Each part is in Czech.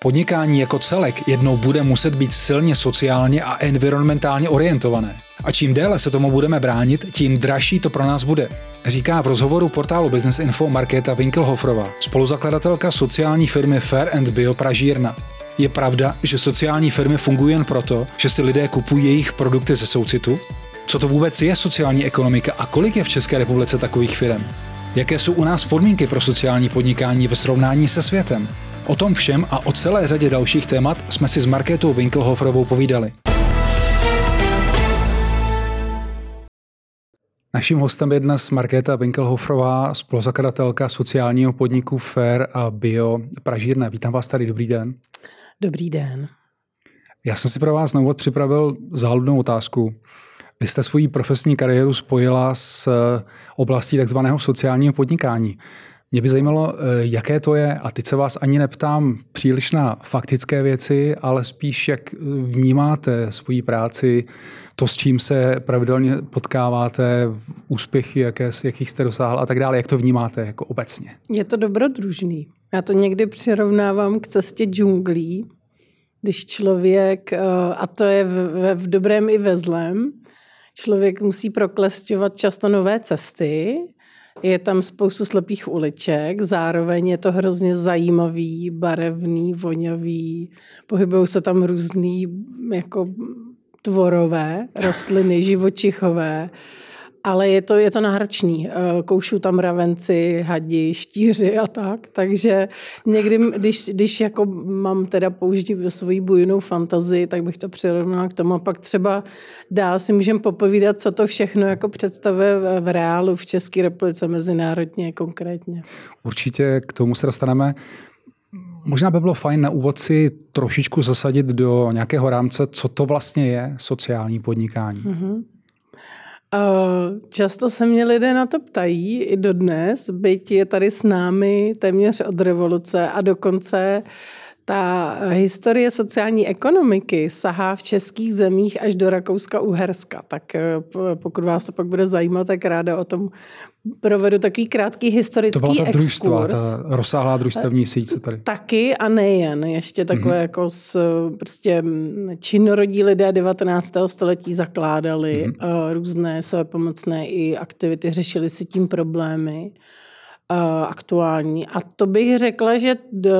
Podnikání jako celek jednou bude muset být silně sociálně a environmentálně orientované. A čím déle se tomu budeme bránit, tím dražší to pro nás bude. Říká v rozhovoru portálu Business Info Markéta Winkelhoferová, spoluzakladatelka sociální firmy Fair and Bio Pražírna. Je pravda, že sociální firmy fungují jen proto, že si lidé kupují jejich produkty ze soucitu? Co to vůbec je sociální ekonomika a kolik je v České republice takových firm? Jaké jsou u nás podmínky pro sociální podnikání ve srovnání se světem? O tom všem a o celé řadě dalších témat jsme si s Markétou Winkelhoferovou povídali. Naším hostem je dnes Markéta Winkelhoferová, spoluzakladatelka sociálního podniku Fair a Bio Pražírna. Vítám vás tady, dobrý den. Dobrý den. Já jsem si pro vás na úvod připravil záludnou otázku. Vy jste svoji profesní kariéru spojila s oblastí takzvaného sociálního podnikání. Mě by zajímalo, jaké to je, a teď se vás ani neptám příliš na faktické věci, ale spíš, jak vnímáte svoji práci, to, s čím se pravidelně potkáváte, úspěchy, jakých jste dosáhl a tak dále. Jak to vnímáte jako obecně? Je to dobrodružný. Já to někdy přirovnávám k cestě džunglí, když člověk, a to je v dobrém i ve zlém, člověk musí proklesťovat často nové cesty, je tam spoustu slepých uliček, zároveň je to hrozně zajímavý, barevný, voňavý, pohybují se tam různý jako tvorové, rostliny, živočichové, ale je to náročný. Koušou tam mravenci, hadi, štíři a tak. Takže někdy, když jako mám teda použít svoji bujnou fantazii, tak bych to přirovnala k tomu. A pak třeba si můžeme popovídat, co to všechno jako představuje v reálu v České republice, mezinárodně konkrétně. Určitě k tomu se dostaneme. Možná by bylo fajn na úvod si trošičku zasadit do nějakého rámce, co to vlastně je sociální podnikání. Mm-hmm. Často se mě lidé na to ptají i dodnes, byť je tady s námi téměř od revoluce a dokonce ta historie sociální ekonomiky sahá v českých zemích až do Rakouska-Uherska. Tak pokud vás to pak bude zajímat, tak ráda o tom provedu takový krátký historický exkurs. To byla ta družstva, ta rozsáhlá družstevní síť, co tady. Taky a nejen. Ještě takové jako prostě činorodí lidé 19. století zakládali různé svépomocné i aktivity, řešili si tím problémy aktuální. A to bych řekla, že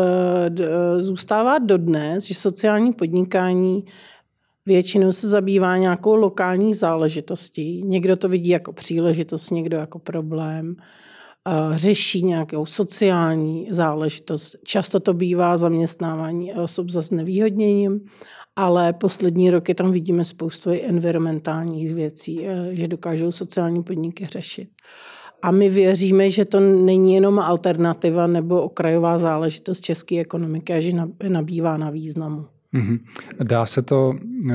zůstává dodnes, že sociální podnikání většinou se zabývá nějakou lokální záležitostí. Někdo to vidí jako příležitost, někdo jako problém. Řeší nějakou sociální záležitost. Často to bývá zaměstnávání osob za znevýhodněním, ale poslední roky tam vidíme spoustu environmentálních věcí, že dokážou sociální podniky řešit. A my věříme, že to není jenom alternativa nebo okrajová záležitost české ekonomiky, a že nabývá na významu. Dá se to,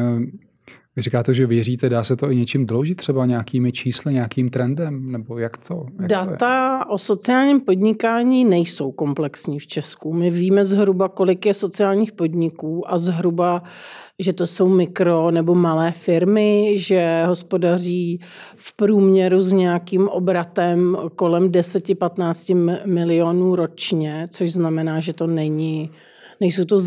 vy říkáte, že věříte, dá se to i něčím doložit, třeba nějakými čísly, nějakým trendem, nebo jak to? Data o sociálním podnikání nejsou komplexní v Česku. My víme zhruba, kolik je sociálních podniků a zhruba, že to jsou mikro nebo malé firmy, že hospodaří v průměru s nějakým obratem kolem 10-15 milionů ročně, což znamená, že to nejsou to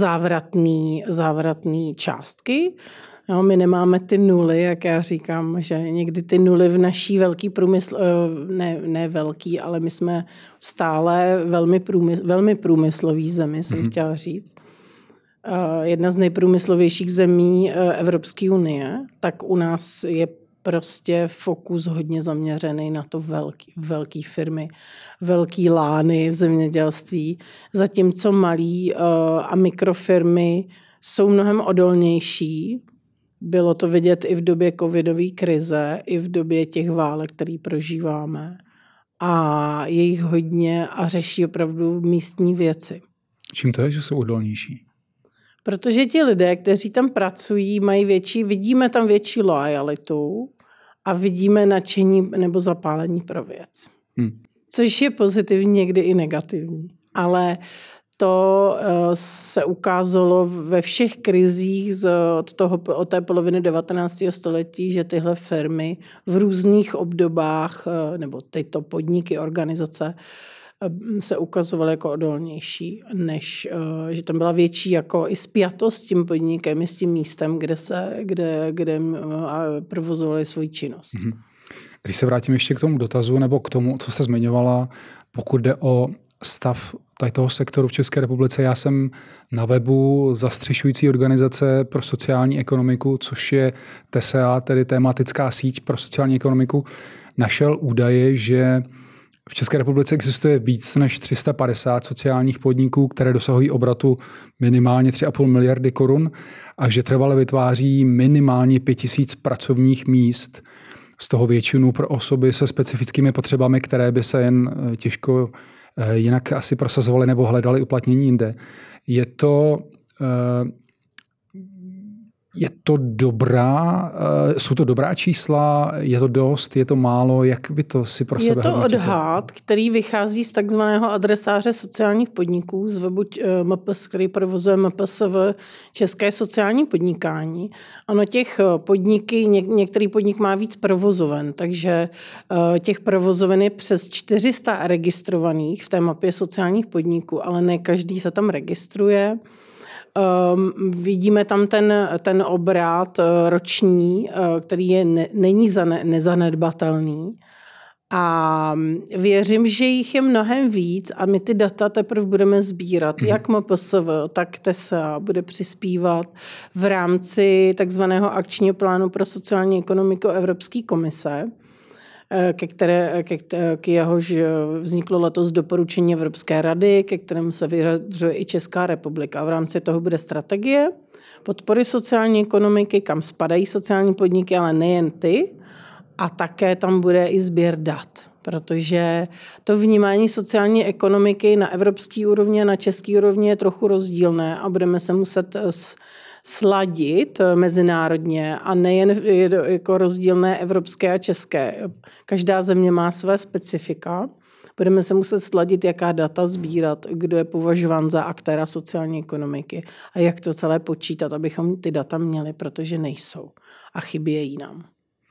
závratné částky. No, my nemáme ty nuly, jak já říkám, že někdy ty nuly v naší velký průmysl, ne velký, ale my jsme stále velmi průmyslový zemi, jsem chtěla říct. Jedna z nejprůmyslovějších zemí Evropské unie, tak u nás je prostě fokus hodně zaměřený na to velký firmy, velký lány v zemědělství, zatímco malí a mikrofirmy jsou mnohem odolnější. Bylo to vidět i v době covidové krize, i v době těch válek, které prožíváme. A je jich hodně a řeší opravdu místní věci. Čím to je, že jsou odolnější? Protože ti lidé, kteří tam pracují, vidíme tam větší loajalitu a vidíme nadšení nebo zapálení pro věc. Což je pozitivní, někdy i negativní. Ale to se ukázalo ve všech krizích od té poloviny 19. století, že tyhle firmy v různých obdobách, nebo tyto podniky, organizace, se ukazovaly jako odolnější, než že tam byla větší jako i spjatost s tím podnikem, i s tím místem, kde provozovali svoji činnost. Když se vrátím ještě k tomu dotazu nebo k tomu, co jste zmiňovala, pokud jde o stav tady toho sektoru v České republice, já jsem na webu zastřešující organizace pro sociální ekonomiku, což je TESEA, tedy tematická síť pro sociální ekonomiku, našel údaje, že v České republice existuje víc než 350 sociálních podniků, které dosahují obratu minimálně 3,5 miliardy korun a že trvale vytváří minimálně 5000 pracovních míst, z toho většinu pro osoby se specifickými potřebami, které by se jen těžko jinak asi prosazovaly nebo hledaly uplatnění jinde. Jsou to dobrá čísla, je to dost, je to málo, jak by to si pro sebe hodnotíte? Je to odhad, který vychází z takzvaného adresáře sociálních podniků z webu MPS, který provozuje MPSV České sociální podnikání. Ano, těch podniky, některý podnik má víc provozoven, takže těch provozoven je přes 400 registrovaných v té mapě sociálních podniků, ale ne každý se tam registruje. Vidíme tam ten obrat roční, který není nezanedbatelný. A věřím, že jich je mnohem víc a my ty data teprve budeme sbírat. Jak MPSV, tak TESA bude přispívat v rámci takzvaného akčního plánu pro sociální ekonomiku Evropské komise, k jehož vzniklo letos doporučení Evropské rady, ke kterému se vyjadřuje i Česká republika. V rámci toho bude strategie podpory sociální ekonomiky, kam spadají sociální podniky, ale nejen ty. A také tam bude i sběr dat, protože to vnímání sociální ekonomiky na evropské úrovni a na české úrovni je trochu rozdílné a budeme se muset sladit mezinárodně a nejen jako rozdílné evropské a české. Každá země má své specifika. Budeme se muset sladit, jaká data sbírat, kdo je považován za aktéra sociální ekonomiky a jak to celé počítat, abychom ty data měli, protože nejsou a chybějí nám.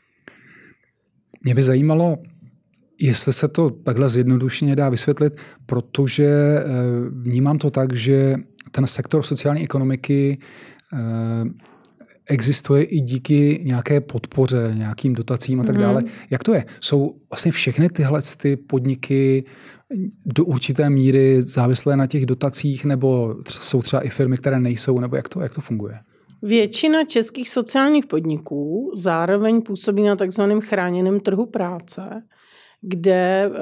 Mě by zajímalo, jestli se to takhle zjednodušeně dá vysvětlit, protože vnímám to tak, že ten sektor sociální ekonomiky existuje i díky nějaké podpoře, nějakým dotacím a tak dále. Jak to je? Jsou vlastně všechny tyhle ty podniky do určité míry závislé na těch dotacích, nebo jsou třeba i firmy, které nejsou, nebo jak to funguje? Většina českých sociálních podniků zároveň působí na takzvaném chráněném trhu práce, kde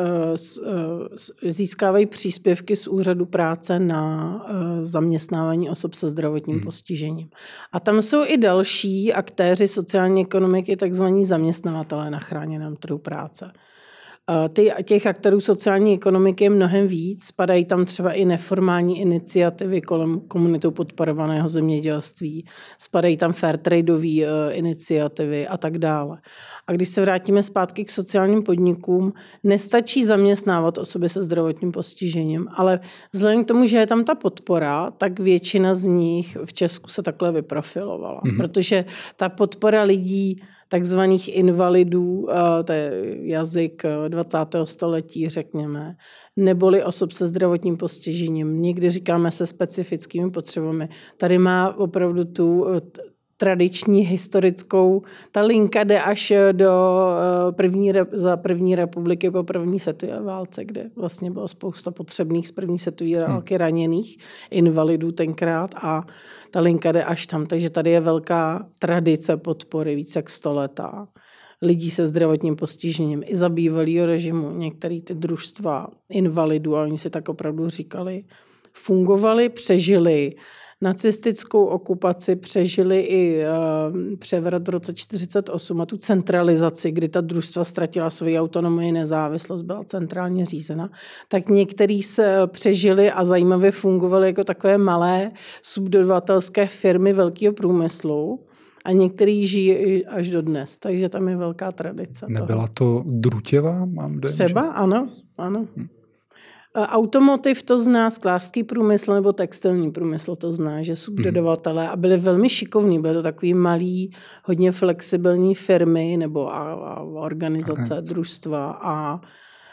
získávají příspěvky z úřadu práce na zaměstnávání osob se zdravotním postižením. A tam jsou i další aktéři sociální ekonomiky, takzvaní zaměstnavatelé na chráněném trhu práce. Těch aktérů sociální ekonomiky je mnohem víc. Spadají tam třeba i neformální iniciativy kolem komunitou podporovaného zemědělství. Spadají tam fairtradeové iniciativy a tak dále. A když se vrátíme zpátky k sociálním podnikům, nestačí zaměstnávat osoby se zdravotním postižením, ale vzhledem k tomu, že je tam ta podpora, tak většina z nich v Česku se takhle vyprofilovala. Protože ta podpora lidí takzvaných invalidů, to je jazyk 20. století, řekněme, neboli osob se zdravotním postižením. Někdy říkáme se specifickými potřebami. Tady má opravdu tu tradiční historickou, ta linka jde až do první republiky po první světové válce, kde vlastně bylo spousta potřebných z první světové války raněných invalidů tenkrát a ta linka jde až tam. Takže tady je velká tradice podpory, více jak 100 letá. Lidí se zdravotním postižením i za bývalého režimu. Některé ty družstva invalidů, a oni si tak opravdu říkali, fungovali, přežili nacistickou okupaci, přežili i převrat v roce 1948 a tu centralizaci, kdy ta družstva ztratila svoji autonomii, nezávislost, byla centrálně řízena, tak některý se přežili a zajímavě fungovali jako takové malé subdodavatelské firmy velkého průmyslu a některý žijí až do dnes, takže tam je velká tradice. Nebyla to Drutěva? Třeba, ano. Automotiv to zná, sklářský průmysl nebo textilní průmysl to zná, že subdodavatelé a byli velmi šikovní, byly to takový malý, hodně flexibilní firmy nebo a organizace, družstva a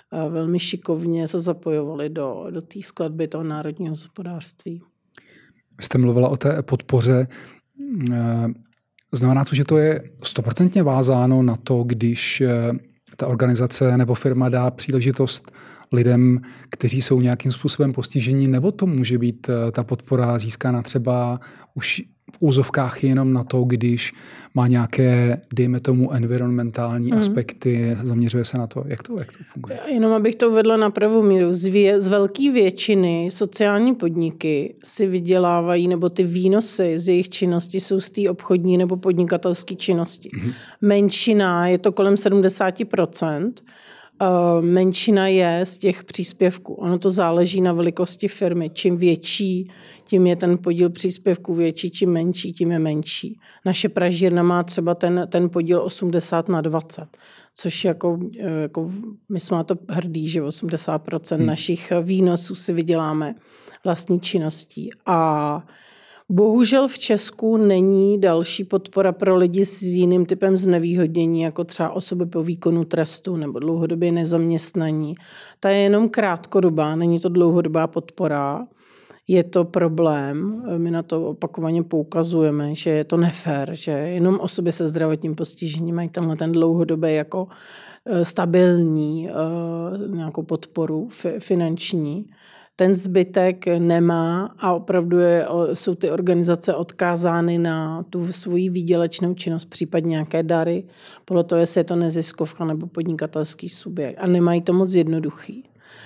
velmi šikovně se zapojovali do té skladby toho národního hospodářství. Vy jste mluvila o té podpoře. Znamená to, že to je 100% vázáno na to, když ta organizace nebo firma dá příležitost lidem, kteří jsou nějakým způsobem postiženi, nebo to může být ta podpora získána třeba už v úzovkách jenom na to, když má nějaké, dejme tomu, environmentální aspekty, zaměřuje se na to, jak to funguje? Jenom abych to uvedla na pravou míru. Z velké většiny sociální podniky si vydělávají, nebo ty výnosy z jejich činnosti jsou z té obchodní nebo podnikatelské činnosti. Menšina, je to kolem 70%, menšina je z těch příspěvků. Ono to záleží na velikosti firmy. Čím větší, tím je ten podíl příspěvků větší, čím menší, tím je menší. Naše pražírna má třeba ten podíl 80/20, což jako my jsme na to hrdí, že 80% našich výnosů si vyděláme vlastní činností. A bohužel v Česku není další podpora pro lidi s jiným typem znevýhodnění, jako třeba osoby po výkonu trestu nebo dlouhodobě nezaměstnaní. Ta je jenom krátkodobá, není to dlouhodobá podpora. Je to problém, my na to opakovaně poukazujeme, že je to nefér, že jenom osoby se zdravotním postižením mají ten dlouhodobě jako stabilní nějakou podporu finanční. Ten zbytek nemá a opravdu jsou ty organizace odkázány na tu svoji výdělečnou činnost, případně nějaké dary, podle toho, jestli je to neziskovka nebo podnikatelský subjekt. A nemají to moc jednoduchý.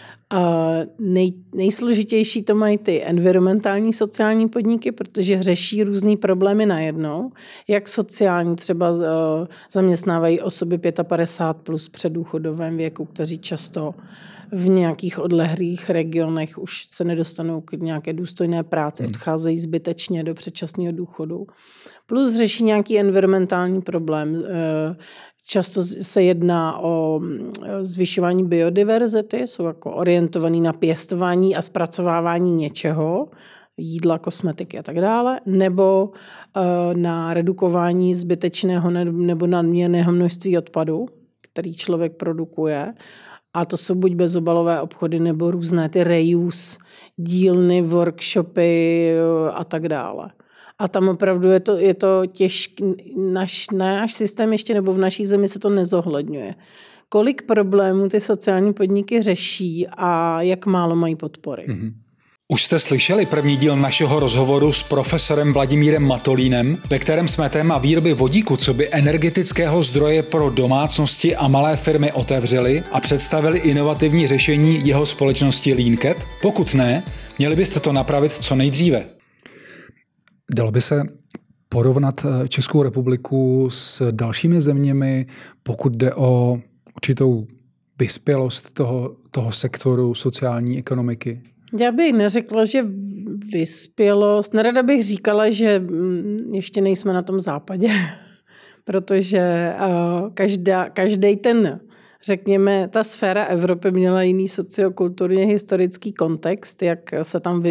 Nejsložitější to mají ty environmentální sociální podniky, protože řeší různý problémy najednou. Jak sociální, třeba zaměstnávají osoby 55 plus v předdůchodovém věku, kteří často v nějakých odlehlých regionech už se nedostanou k nějaké důstojné práci, odcházejí zbytečně do předčasného důchodu. Plus řeší nějaký environmentální problém. Často se jedná o zvyšování biodiverzity, jsou jako orientovaný na pěstování a zpracovávání něčeho, jídla, kosmetiky a tak dále, nebo na redukování zbytečného nebo nadměrného množství odpadu, který člověk produkuje. A to jsou buď bezobalové obchody, nebo různé ty reuse, dílny, workshopy a tak dále. A tam opravdu je to těžké. Náš systém ještě nebo v naší zemi se to nezohledňuje. Kolik problémů ty sociální podniky řeší a jak málo mají podpory. Už jste slyšeli první díl našeho rozhovoru s profesorem Vladimírem Matolínem, ve kterém jsme téma výroby vodíku coby energetického zdroje pro domácnosti a malé firmy otevřeli a představili inovativní řešení jeho společnosti LeanCat? Pokud ne, měli byste to napravit co nejdříve. Dalo by se porovnat Českou republiku s dalšími zeměmi, pokud jde o určitou vyspělost toho sektoru sociální ekonomiky? Já bych neřekla, že vyspělost. Nerada bych říkala, že ještě nejsme na tom západě, protože každý ten, řekněme, ta sféra Evropy měla jiný sociokulturně historický kontext, jak se tam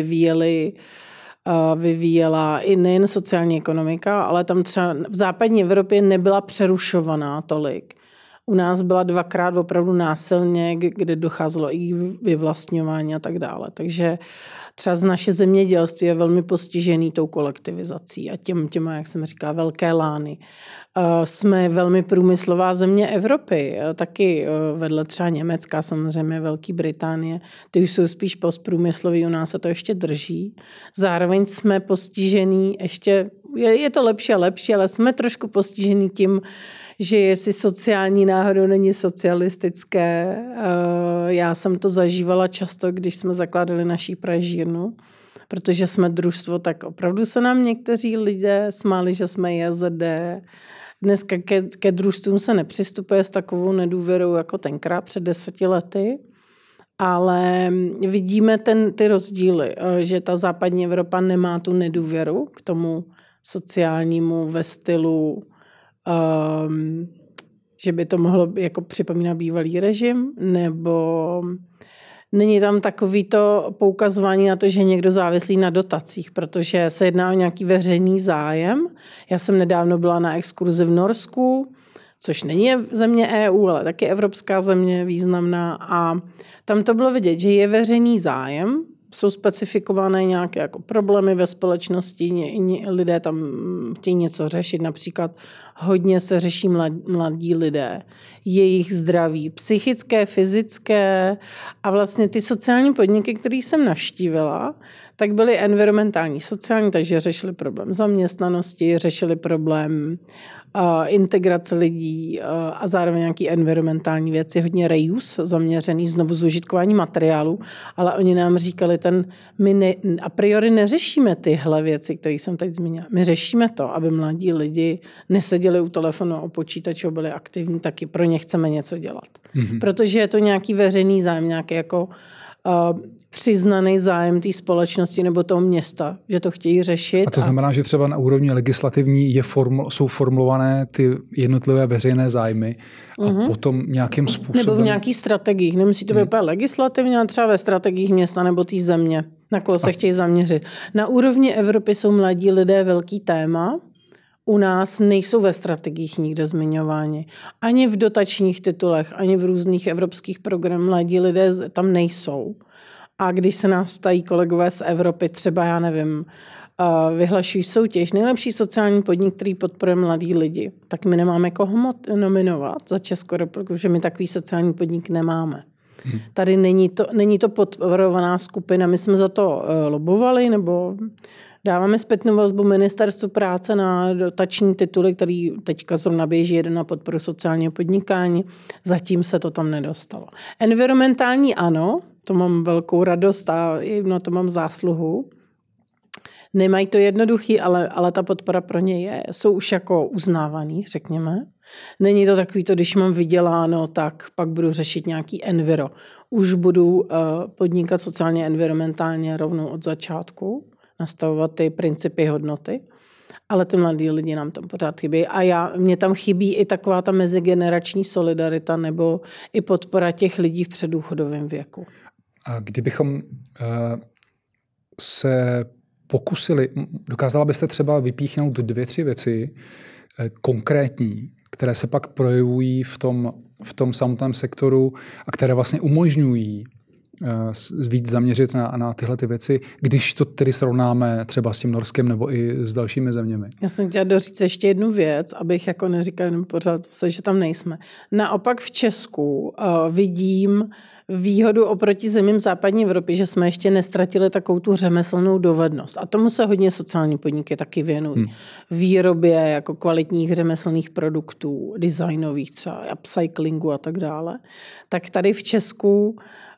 vyvíjela i nejen sociální ekonomika, ale tam třeba v západní Evropě nebyla přerušovaná tolik. U nás byla 2krát opravdu násilně, kde docházelo i vyvlastňování a tak dále. Takže třeba z naše zemědělství je velmi postižený tou kolektivizací a těma, jak jsem říkala, velké lány. Jsme velmi průmyslová země Evropy, taky vedle třeba Německa, samozřejmě Velké Británie. Ty už jsou spíš postprůmyslový, u nás se to ještě drží. Zároveň jsme postižený ještě, je to lepší a lepší, ale jsme trošku postižený tím, že jestli sociální náhodou není socialistické. Já jsem to zažívala často, když jsme zakládali naší pražírnu, protože jsme družstvo, tak opravdu se nám někteří lidé smáli, že jsme JZD. Dneska ke družstvům se nepřistupuje s takovou nedůvěrou jako tenkrát před 10 lety, ale vidíme ty rozdíly, že ta západní Evropa nemá tu nedůvěru k tomu sociálnímu ve stylu, že by to mohlo jako připomínat bývalý režim, nebo není tam takový to poukazování na to, že někdo závislí na dotacích, protože se jedná o nějaký veřejný zájem. Já jsem nedávno byla na exkurzi v Norsku, což není země EU, ale taky evropská země významná. A tam to bylo vidět, že je veřejný zájem, jsou specifikované nějaké jako problémy ve společnosti, lidé tam chtějí něco řešit, například hodně se řeší mladí lidé, jejich zdraví, psychické, fyzické a vlastně ty sociální podniky, které jsem navštívila, tak byly environmentální, sociální, takže řešili problém zaměstnanosti, řešili problém integrace lidí a zároveň nějaký environmentální věci, hodně reuse zaměřený, znovu zužitkování materiálu, ale oni nám říkali, my a priori neřešíme tyhle věci, které jsem teď zmínila. My řešíme to, aby mladí lidi neseděli u telefonu a u počítačů, byli aktivní, taky pro ně chceme něco dělat. Mm-hmm. Protože je to nějaký veřejný zájem, nějaký jako přiznaný zájem té společnosti nebo toho města, že to chtějí řešit. A to znamená, že třeba na úrovni legislativní jsou formulované ty jednotlivé veřejné zájmy a potom nějakým způsobem... Nebo v nějakých strategiích. Nemusí to být úplně legislativně, ale třeba ve strategiích města nebo té země, na koho se chtějí zaměřit. Na úrovni Evropy jsou mladí lidé velký téma. U nás nejsou ve strategiích nikde zmiňováni. Ani v dotačních titulech, ani v různých evropských programech mladí lidé tam nejsou. A když se nás ptají kolegové z Evropy, třeba, já nevím, vyhlašují soutěž, nejlepší sociální podnik, který podporuje mladí lidi, tak my nemáme koho nominovat za Českou republiku, že my takový sociální podnik nemáme. Tady není to podporovaná skupina. My jsme za to lobovali, nebo dáváme zpětnou vazbu Ministerstvu práce na dotační tituly, který teďka zrovna běží jeden na podporu sociálního podnikání. Zatím se to tam nedostalo. Environmentální ano, to mám velkou radost a na to mám zásluhu. Nemají to jednoduchý, ale ta podpora pro ně je. Jsou už jako uznávaný, řekněme. Není to takový to, když mám vyděláno, tak pak budu řešit nějaký enviro. Už budu podnikat sociálně environmentálně rovnou od začátku, nastavovat ty principy hodnoty. Ale ty mladí lidi nám tam pořád chybí. A mně tam chybí i taková ta mezigenerační solidarita nebo i podpora těch lidí v předdůchodovém věku. A kdybychom se pokusili, dokázala byste třeba vypíchnout 2-3 věci konkrétní, které se pak projevují v tom samotném sektoru a které vlastně umožňují víc zaměřit na tyhle ty věci, když to tedy srovnáme třeba s tím Norskem nebo i s dalšími zeměmi. Já jsem chtěla doříct ještě jednu věc, abych jako neříkala jenom pořád zase, že tam nejsme. Naopak v Česku vidím výhodu oproti zemím západní Evropy, že jsme ještě nestratili takovou tu řemeslnou dovednost. A tomu se hodně sociální podniky taky věnují. Výrobě jako kvalitních řemeslných produktů, designových třeba, upcyclingu a tak dále. Tak tady v Česku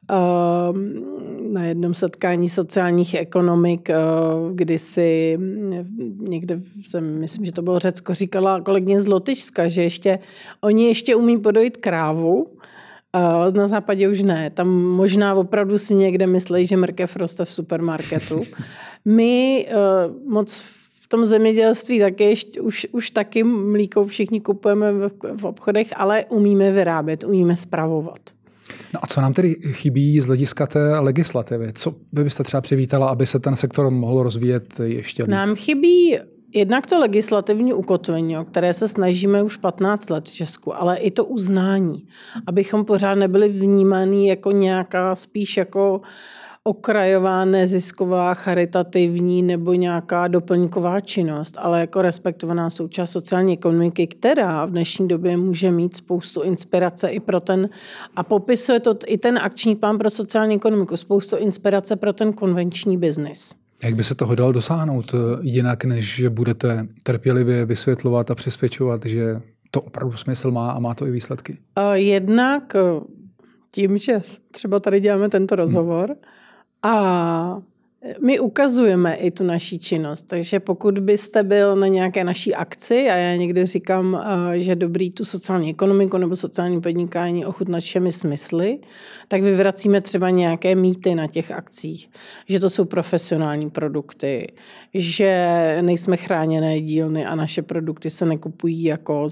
na jednom setkání sociálních ekonomik, kdysi někde, myslím, že to bylo Řecko, říkala kolegyně z Lotyšska, že oni ještě umí podojit krávu, na západě už ne. Tam možná opravdu si někde myslí, že mrkev roste v supermarketu. My moc v tom zemědělství taky, už taky mlíko všichni kupujeme v obchodech, ale umíme vyrábět, umíme spravovat. No a co nám tedy chybí z hlediska té legislativy? Co by byste třeba přivítala, aby se ten sektor mohl rozvíjet ještě líp? Nám chybí jednak to legislativní ukotvení, o které se snažíme už 15 let v Česku, ale i to uznání, abychom pořád nebyli vnímaný jako nějaká spíš jako okrajová, nezisková, charitativní nebo nějaká doplňková činnost, ale jako respektovaná součást sociální ekonomiky, která v dnešní době může mít spoustu inspirace i pro a popisuje to i ten akční plán pro sociální ekonomiku, spoustu inspirace pro ten konvenční biznis. Jak by se toho dalo dosáhnout jinak, než že budete trpělivě vysvětlovat a přesvědčovat, že to opravdu smysl má a má to i výsledky? Jednak tím, že třeba tady děláme tento rozhovor, a my ukazujeme i tu naší činnost, takže pokud byste byl na nějaké naší akci, a já někdy říkám, že dobrý tu sociální ekonomiku nebo sociální podnikání ochutnat všemi smysly, tak vyvracíme třeba nějaké mýty na těch akcích, že to jsou profesionální produkty, že nejsme chráněné dílny a naše produkty se nekupují jako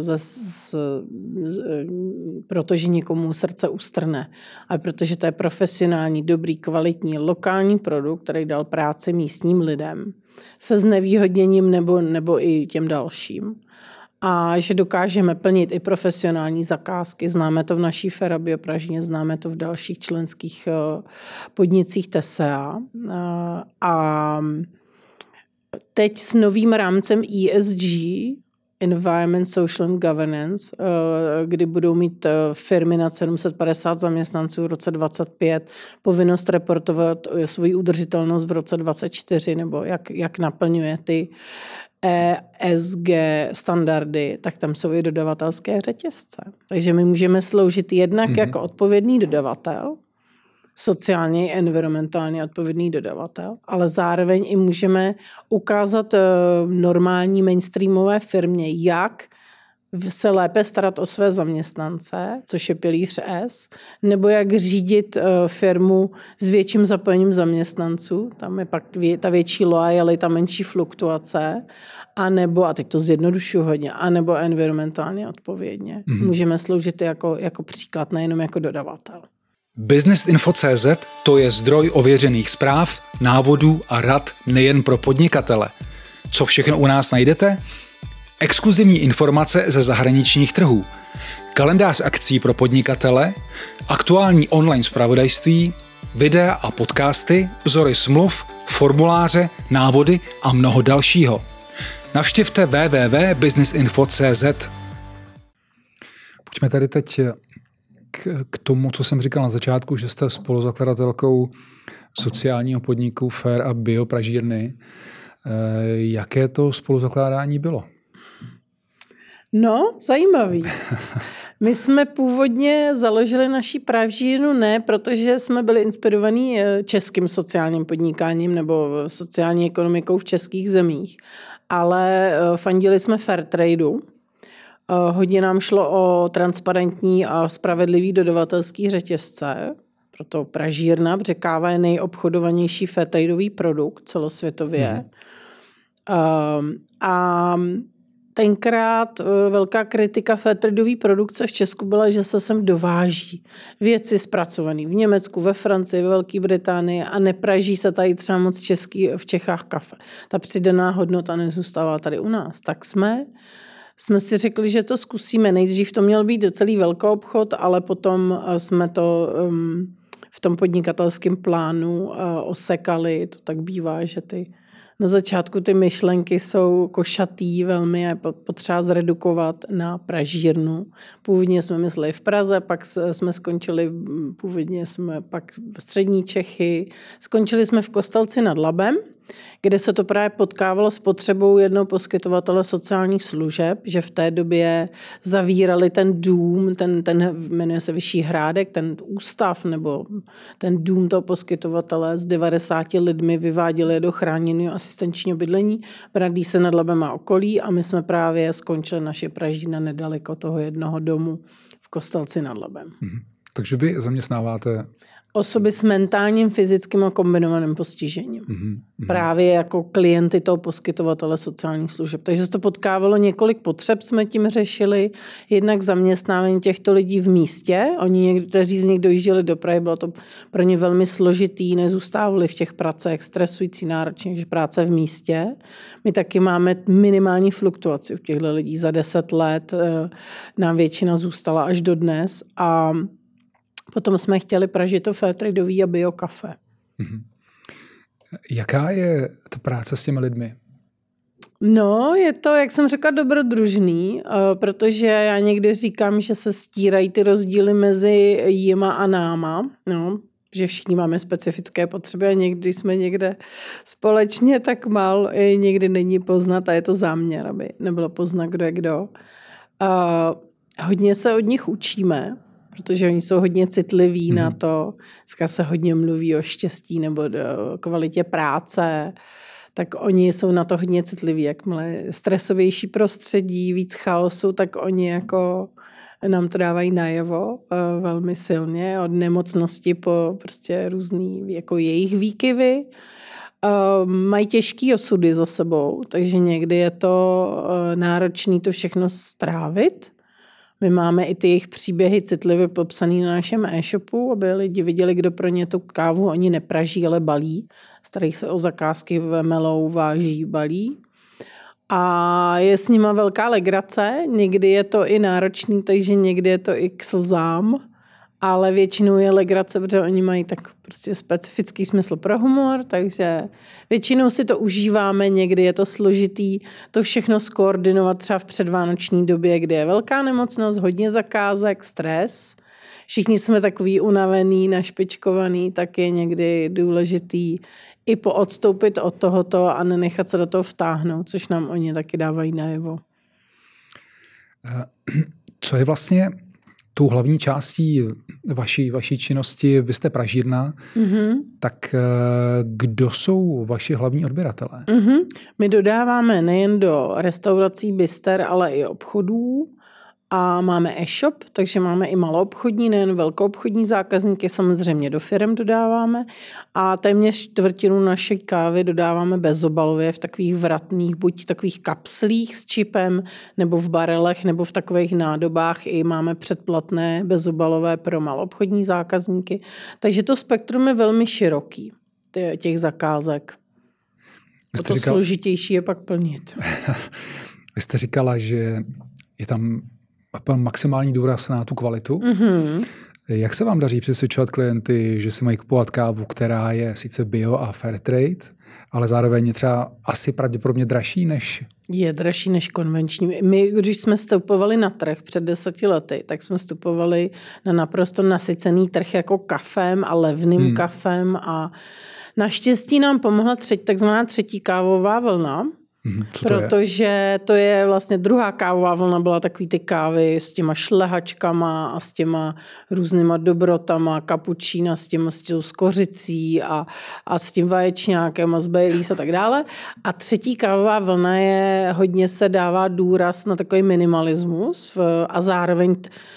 protože někomu srdce ustrne, ale protože to je profesionální, dobrý, kvalitní, lokální produkt, který dal práci místním lidem se znevýhodněním nebo i těm dalším. a že dokážeme plnit i profesionální zakázky. Známe to v naší Ferabio Pražině, známe to v dalších členských podnicích TESEA. A teď s novým rámcem ESG, Environment, Social and Governance, kdy budou mít firmy nad 750 zaměstnanců v roce 2025 povinnost reportovat svoji udržitelnost v roce 2024, nebo jak naplňuje ty ESG standardy, tak tam jsou i dodavatelské řetězce. Takže my můžeme sloužit jednak jako odpovědný dodavatel, sociálně i environmentálně odpovědný dodavatel, ale zároveň i můžeme ukázat normální mainstreamové firmě, jak se lépe starat o své zaměstnance, což je pilíř S, nebo jak řídit firmu s větším zapojením zaměstnanců, tam je pak ta větší loajalita, menší fluktuace, a teď to zjednodušuji hodně, anebo environmentálně odpovědně. Můžeme sloužit jako příklad, nejenom jako dodavatel. Businessinfo.cz to je zdroj ověřených zpráv, návodů a rad nejen pro podnikatele. Co všechno u nás najdete? Exkluzivní informace ze zahraničních trhů, kalendář akcí pro podnikatele, aktuální online zpravodajství, videa a podcasty, vzory smluv, formuláře, návody a mnoho dalšího. Navštivte www.businessinfo.cz. Pojďme tady teď k tomu, co jsem říkal na začátku, že jste spoluzakladatelkou sociálního podniku Fair a Bio pražírny. Jaké to spoluzakládání bylo? No, zajímavý. My jsme původně založili naši pražírnu protože jsme byli inspirovaní českým sociálním podnikáním nebo sociální ekonomikou v českých zemích, ale fandili jsme Fairtradeu. Hodně nám šlo o transparentní a spravedlivý dodavatelský řetězce, proto pražírna, protože káva je nejobchodovanější fairtradeový produkt celosvětově. A tenkrát velká kritika fairtradeové produkce v Česku byla, že se sem dováží věci zpracované v Německu, ve Francii, ve Velké Británii a nepraží se tady třeba moc v Čechách kafe. Ta přidaná hodnota nezůstává tady u nás. Tak jsme si řekli, že to zkusíme. Nejdřív to měl být celý velkoobchod, ale potom jsme to v tom podnikatelském plánu osekali. To tak bývá, že na začátku ty myšlenky jsou košatý velmi a je potřeba zredukovat na pražírnu. Původně jsme mysleli v Praze, pak jsme skončili, původně jsme pak v střední Čechy, skončili jsme v Kostelci nad Labem, kde se to právě potkávalo s potřebou jednoho poskytovatele sociálních služeb, že v té době zavírali ten dům, ten jmenuje se Vyšší Hrádek, ten ústav nebo ten dům toho poskytovatele s 90 lidmi vyváděli je do chráněného asistenčního bydlení v Radlíse nad Labem a okolí a my jsme právě skončili naše pražírna nedaleko toho jednoho domu v Kostelci nad Labem. Takže vy zaměstnáváte osoby s mentálním, fyzickým a kombinovaným postižením. Právě jako klienty toho poskytovatele sociálních služeb. Takže se to potkávalo několik potřeb, jsme tím řešili. Jednak zaměstnávání těchto lidí v místě. Oni někteří z nich dojížděli do Prahy, bylo to pro ně velmi složitý, nezůstávali v těch pracech, stresující, náročně, že práce v místě. My taky máme minimální fluktuaci u těchto lidí. Za 10 let nám většina zůstala až do dnes a potom jsme chtěli pražit to fairtradeový a bio kafe. Jaká je ta práce s těmi lidmi? No, je to, jak jsem řekla, dobrodružný, protože já někdy říkám, že se stírají ty rozdíly mezi jima a náma, no, že všichni máme specifické potřeby a někdy jsme někde společně, tak mal někdy není poznat a je to záměr, aby nebylo poznat, kdo je kdo. Hodně se od nich učíme, protože oni jsou hodně citliví na to. Dneska se hodně mluví o štěstí nebo o kvalitě práce, tak oni jsou na to hodně citliví. Jakmile stresovější prostředí, víc chaosu, tak oni jako nám to dávají najevo velmi silně, od nemocnosti po prostě různý jako jejich výkyvy. Mají těžký osudy za sebou, takže někdy je to náročné to všechno strávit. My máme i ty jejich příběhy citlivě popsané na našem e-shopu, aby lidi viděli, kdo pro ně tu kávu oni nepraží, ale balí. Starají se o zakázky, melou, váží, balí. A je s nima velká legrace, někdy je to i náročný, takže někdy je to i k slzám, ale většinou je legrace, protože oni mají tak prostě specifický smysl pro humor, takže většinou si to užíváme, někdy je to složitý to všechno skoordinovat třeba v předvánoční době, kdy je velká nemocnost, hodně zakázek, stres. Všichni jsme takový unavený, našpičkovaný, tak je někdy důležitý i poodstoupit od tohoto a nenechat se do toho vtáhnout, což nám oni taky dávají najevo. Co je vlastně tou hlavní částí vaší činnosti? Vy jste pražírna, tak kdo jsou vaši hlavní odběratelé? My dodáváme nejen do restaurací, bister, ale i obchodů. A máme e-shop, takže máme i maloobchodní, nejen velkoobchodní zákazníky, samozřejmě do firem dodáváme. A téměř čtvrtinu naší kávy dodáváme bezobalově v takových vratných, buď takových kapslích s čipem, nebo v barelech, nebo v takových nádobách. I máme předplatné bezobalové pro maloobchodní zákazníky. Takže to spektrum je velmi široký, těch zakázek. To složitější je pak plnit. Vy jste říkala, že je tam maximální důraz na tu kvalitu. Jak se vám daří přesvědčovat klienty, že si mají kupovat kávu, která je sice bio a fair trade, ale zároveň je třeba asi pravděpodobně dražší než... Je dražší než konvenční. My, když jsme vstupovali na trh před 10 lety, tak jsme vstupovali na naprosto nasycený trh jako kafem a levným kafem a naštěstí nám pomohla takzvaná třetí kávová vlna, protože to je vlastně druhá kávová vlna, byla takový ty kávy s těma šlehačkama a s těma různýma dobrotama, kapučína s kořicí a s tím vaječňákem a s Baileys a tak dále. A třetí kávová vlna hodně se dává důraz na takový minimalismus a zároveň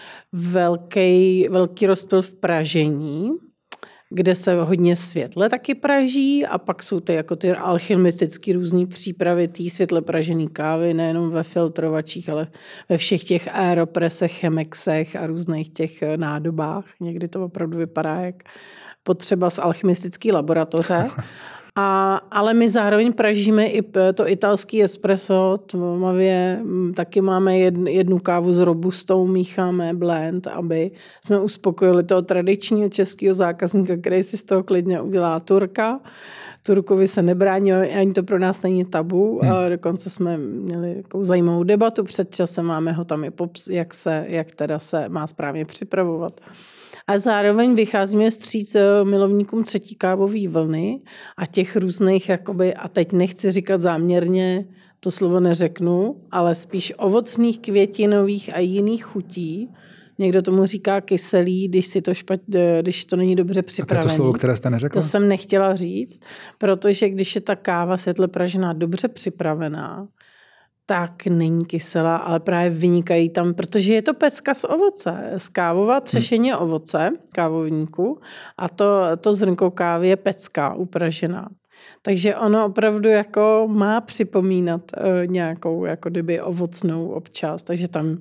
velký rozptyl v pražení, kde se hodně světle taky praží a pak jsou ty alchymistické různý přípravy té světle pražené kávy, nejenom ve filtrovačích, ale ve všech těch aeropresech, chemexech a různých těch nádobách. Někdy to opravdu vypadá jak potřeba z alchymistické laboratoře. Ale my zároveň pražíme i to italský espresso, tmavě, taky máme jednu kávu s robustou, mícháme blend, aby jsme uspokojili toho tradičního českého zákazníka, který si z toho klidně udělá Turka. Turkovi se nebrání, ani to pro nás není tabu. A dokonce jsme měli takovou zajímavou debatu před časem, máme ho tam i jak teda se má správně připravovat. A zároveň vycházíme vstříc milovníkům třetí kávové vlny a těch různých, a teď nechci říkat záměrně, to slovo neřeknu, ale spíš ovocných, květinových a jiných chutí. Někdo tomu říká kyselý, když to není dobře připravené. A to je to slovo, které jste neřekla? To jsem nechtěla říct, protože když je ta káva světle pražená dobře připravená, tak není kyselá, ale právě vynikají tam, protože je to pecka z ovoce, z kávova třešeně ovoce, kávovníku a to zrnko kávy je pecka upražená. Takže ono opravdu má připomínat nějakou kdyby ovocnou občas, takže tam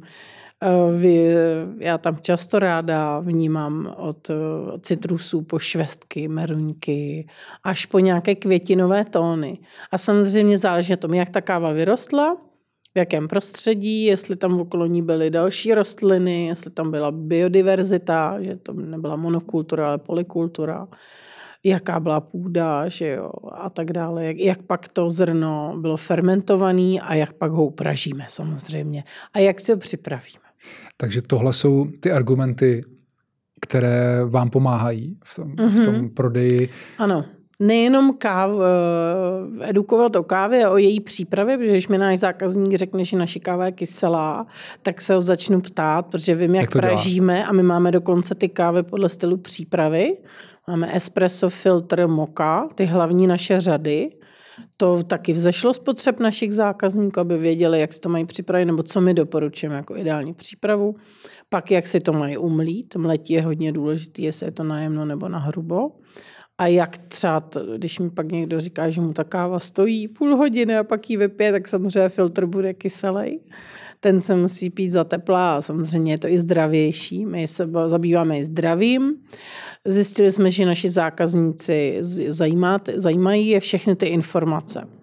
já tam často ráda vnímám od citrusů po švestky, meruňky, až po nějaké květinové tóny. A samozřejmě záleží na tom, jak ta káva vyrostla, v jakém prostředí, jestli tam okolo ní byly další rostliny, jestli tam byla biodiverzita, že to nebyla monokultura, ale polykultura, jaká byla půda, že jo, a tak dále. Jak pak to zrno bylo fermentované a jak pak ho upražíme samozřejmě. A jak si ho připravíme. Takže tohle jsou ty argumenty, které vám pomáhají v tom prodeji. Ano. Nejenom edukovat o kávě a o její přípravě, protože když mi náš zákazník řekne, že naše káva je kyselá, tak se ho začnu ptát, protože vím, jak pražíme a my máme dokonce ty kávy podle stylu přípravy. Máme espresso, filtr, moka, ty hlavní naše řady. To taky vzešlo z potřeb našich zákazníků, aby věděli, jak si to mají připravit, nebo co my doporučujeme jako ideální přípravu. Pak, jak si to mají umlít. Mletí je hodně důležité, jestli je to najemno nebo na hrubo. A jak třeba, když mi pak někdo říká, že mu ta káva stojí půl hodiny a pak ji vypije, tak samozřejmě filtr bude kyselej. Ten se musí pít za tepla a samozřejmě je to i zdravější. My se zabýváme i zdravím. Zjistili jsme, že naši zákazníci zajímají je všechny ty informace.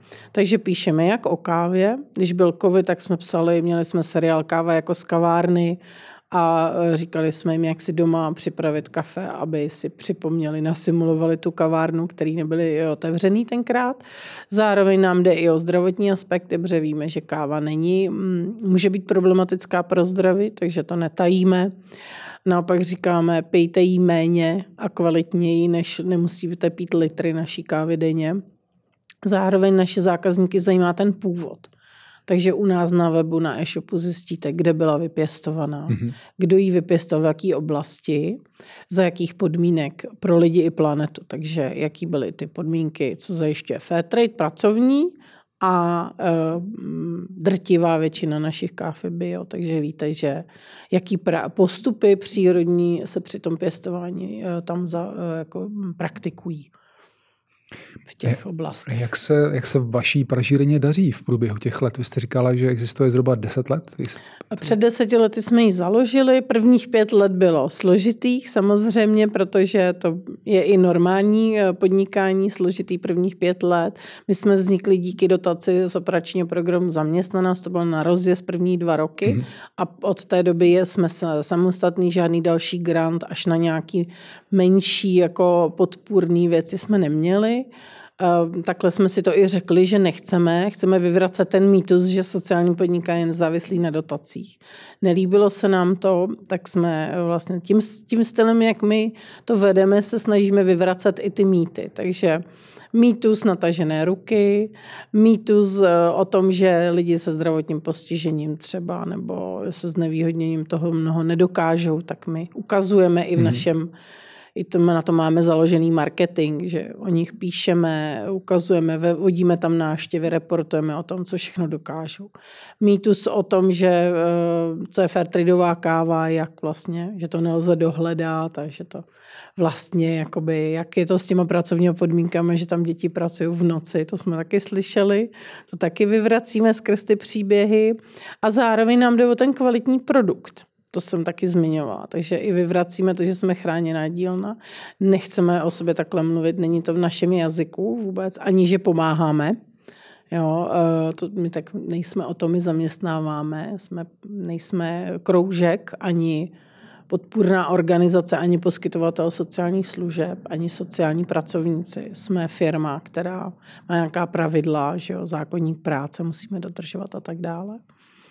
Takže píšeme jak o kávě. Když byl covid, tak jsme psali, měli jsme seriál Káva jako z kavárny a říkali jsme jim, jak si doma připravit kafe, aby si připomněli, nasimulovali tu kavárnu, který nebyly otevřený tenkrát. Zároveň nám jde i o zdravotní aspekty, protože víme, že káva může být problematická pro zdraví, takže to netajíme. Naopak říkáme, pijte jí méně a kvalitněji, než nemusíte pít litry naší kávy denně. Zároveň naše zákazníky zajímá ten původ. Takže u nás na webu, na e-shopu zjistíte, kde byla vypěstovaná, kdo ji vypěstoval, v jaké oblasti, za jakých podmínek pro lidi i planetu. Takže jaký byly ty podmínky, co zajišťuje Fairtrade, pracovní a drtivá většina našich káv je bio. Takže víte, že jaký postupy přírodní se při tom pěstování tam jako praktikují v těch oblastech. Jak se vaší pražírně daří v průběhu těch let? Vy jste říkala, že existuje zhruba 10 let? Před 10 lety jsme ji založili. Prvních 5 let bylo složitých samozřejmě, protože to je i normální podnikání, složitý prvních 5 let. My jsme vznikli díky dotaci z operačního programu Zaměstnanost, to bylo na rozjezd první 2 roky a od té doby jsme samostatný, žádný další grant až na nějaký menší jako podpůrný věci jsme neměli. Takhle jsme si to i řekli, že chceme vyvracet ten mýtus, že sociální podnikání je nezávislý na dotacích. Nelíbilo se nám to, tak jsme vlastně tím stylem, jak my to vedeme, se snažíme vyvracet i ty mýty. Takže mýtus natažené ruky, mýtus o tom, že lidi se zdravotním postižením třeba nebo se znevýhodněním toho mnoho nedokážou, tak my ukazujeme i v našem na to máme založený marketing, že o nich píšeme, ukazujeme, vodíme tam návštěvy, reportujeme o tom, co všechno dokážou. Mýtus o tom, že co je fairtradeová káva, jak vlastně, že to nelze dohledat a že to vlastně, jakoby, jak je to s těma pracovními podmínkami, že tam děti pracují v noci, to jsme taky slyšeli, to taky vyvracíme skrz ty příběhy a zároveň nám jde o ten kvalitní produkt. To jsem taky zmiňovala. Takže i vyvracíme to, že jsme chráněná dílna. Nechceme o sobě takhle mluvit, není to v našem jazyku vůbec, ani že pomáháme. Jo, my tak nejsme o tom, my zaměstnáváme, nejsme kroužek, ani podpůrná organizace, ani poskytovatel sociálních služeb, ani sociální pracovníci. Jsme firma, která má nějaká pravidla, že jo, zákoník práce musíme dodržovat a tak dále.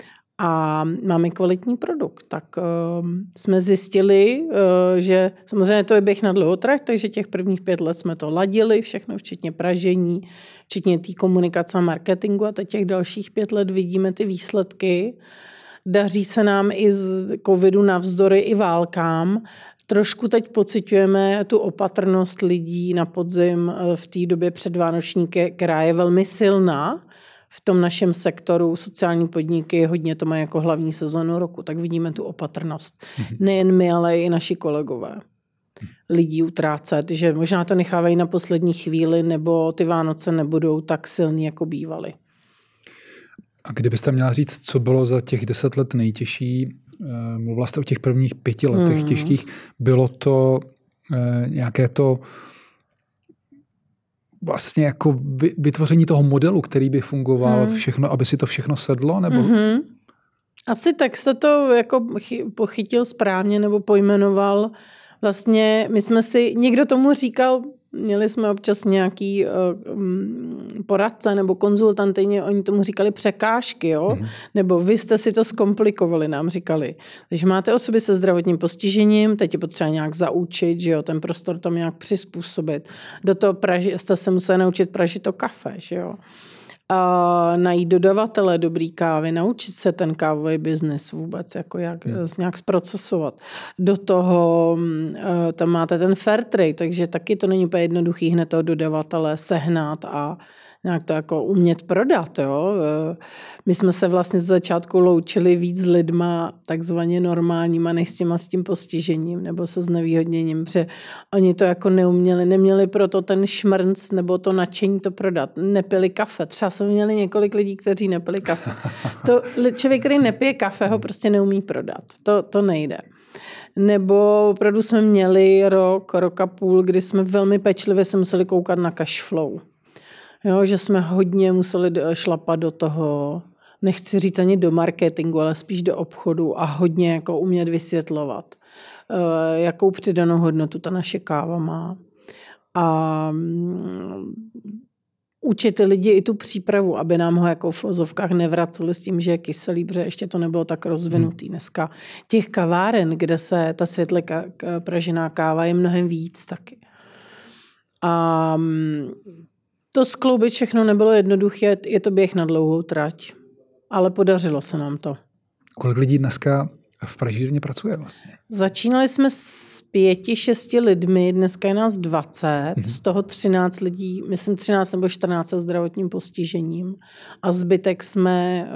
A máme kvalitní produkt. Tak jsme zjistili, že samozřejmě to je běh na dlouhou trať, takže těch prvních 5 let jsme to ladili, všechno včetně pražení, včetně té komunikace a marketingu a teď těch dalších 5 let vidíme ty výsledky. Daří se nám i z covidu navzdory i válkám. Trošku teď pociťujeme tu opatrnost lidí na podzim v té době předvánoční, která je velmi silná. V tom našem sektoru sociální podniky hodně to mají jako hlavní sezonu roku, tak vidíme tu opatrnost. Nejen my, ale i naši kolegové. Lidí utrácet, že možná to nechávají na poslední chvíli, nebo ty Vánoce nebudou tak silný, jako bývaly. A kdybyste měla říct, co bylo za těch 10 let nejtěžší, mluvila jste o těch prvních 5 letech těžkých, bylo to nějaké to vlastně jako vytvoření toho modelu, který by fungoval všechno, aby si to všechno sedlo? Nebo? Asi tak jste to jako pochytil správně nebo pojmenoval. Vlastně my jsme si, někdo tomu říkal, měli jsme občas nějaký poradce nebo konzultanty, oni tomu říkali překážky, jo? Nebo vy jste si to zkomplikovali, nám říkali. Takže máte osoby se zdravotním postižením, teď je potřeba nějak zaučit, že jo? Ten prostor tam nějak přizpůsobit. Do toho jste se museli naučit pražit to kafe, že jo? A najít dodavatele dobrý kávy, naučit se ten kávový biznis vůbec, jako jak nějak zprocesovat. Do toho tam máte ten Fairtrade, takže taky to není úplně jednoduchý hned toho dodavatele sehnat a nějak to jako umět prodat. Jo? My jsme se vlastně z začátku loučili víc s lidma takzvaně normálníma, než s tím postižením nebo se znevýhodněním, protože oni to jako neuměli, neměli proto ten šmrnc nebo to nadšení to prodat. Nepili kafe. Třeba jsme měli několik lidí, kteří nepili kafe. To člověk, který nepije kafe, ho prostě neumí prodat. To nejde. Nebo opravdu jsme měli rok a půl, kdy jsme velmi pečlivě se museli koukat na cash flow. Jo, že jsme hodně museli šlapat do toho, nechci říct ani do marketingu, ale spíš do obchodu a hodně jako umět vysvětlovat, jakou přidanou hodnotu ta naše káva má. A učit ty lidi i tu přípravu, aby nám ho jako v ozovkách nevraceli s tím, že je kyselý, protože ještě to nebylo tak rozvinutý. Dneska těch kaváren, kde se ta světle pražená káva je mnohem víc taky. A to skloubit všechno nebylo jednoduché, je to běh na dlouhou trať. Ale podařilo se nám to. Kolik lidí dneska v pražírně pracuje vlastně? Začínali jsme s 5-6 lidmi, dneska je nás 20, z toho 13 lidí, myslím 13 nebo 14 se zdravotním postižením a zbytek jsme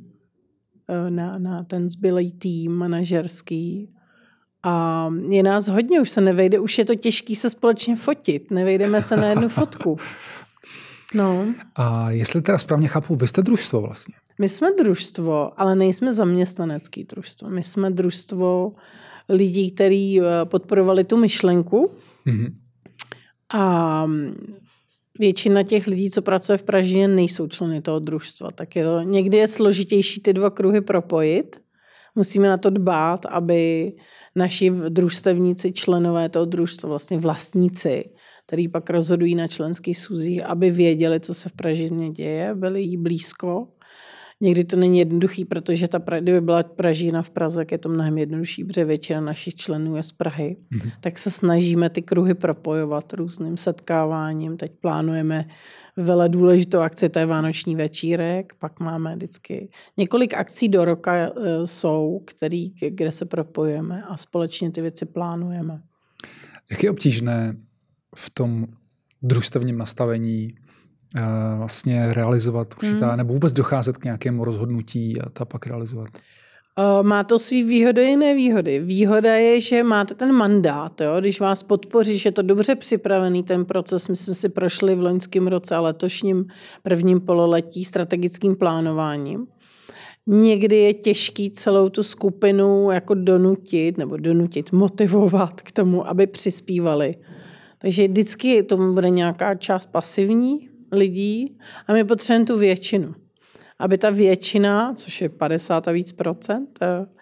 na ten zbylej tým manažerský. A je nás hodně, už se nevejde, už je to těžký se společně fotit, nevejdeme se na jednu fotku. No. A jestli teda správně chápu, vy jste družstvo vlastně? My jsme družstvo, ale nejsme zaměstnanecký družstvo. My jsme družstvo lidí, kteří podporovali tu myšlenku. Mm-hmm. A většina těch lidí, co pracuje v Pražině, nejsou členy toho družstva. Tak je to, někdy je složitější ty dva kruhy propojit. Musíme na to dbát, aby naši družstevníci, členové toho družstva, vlastně vlastníci, který pak rozhodují na členských schůzích, aby věděli, co se v Pražině děje, byli jí blízko. Někdy to není jednoduchý, protože kdyby byla Pražina v Praze, je to mnohem jednodušší, protože většina našich členů je z Prahy. Mm-hmm. Tak se snažíme ty kruhy propojovat různým setkáváním. Teď plánujeme velmi důležitou akci, to je Vánoční večírek, pak máme vždycky několik akcí do roka jsou, kde se propojujeme a společně ty věci plánujeme. Jak je obtížné v tom družstevním nastavení vlastně realizovat určitá, nebo vůbec docházet k nějakému rozhodnutí a ta pak realizovat? Má to svý výhody i nevýhody. Výhoda je, že máte ten mandát. Jo? Když vás podpoří, že je to dobře připravený ten proces, my jsme si prošli v loňském roce a letošním prvním pololetí strategickým plánováním. Někdy je těžký celou tu skupinu jako donutit, motivovat k tomu, aby přispívali. Takže vždycky tomu bude nějaká část pasivní lidí a my potřebujeme tu většinu. Aby ta většina, což je 50 a víc procent,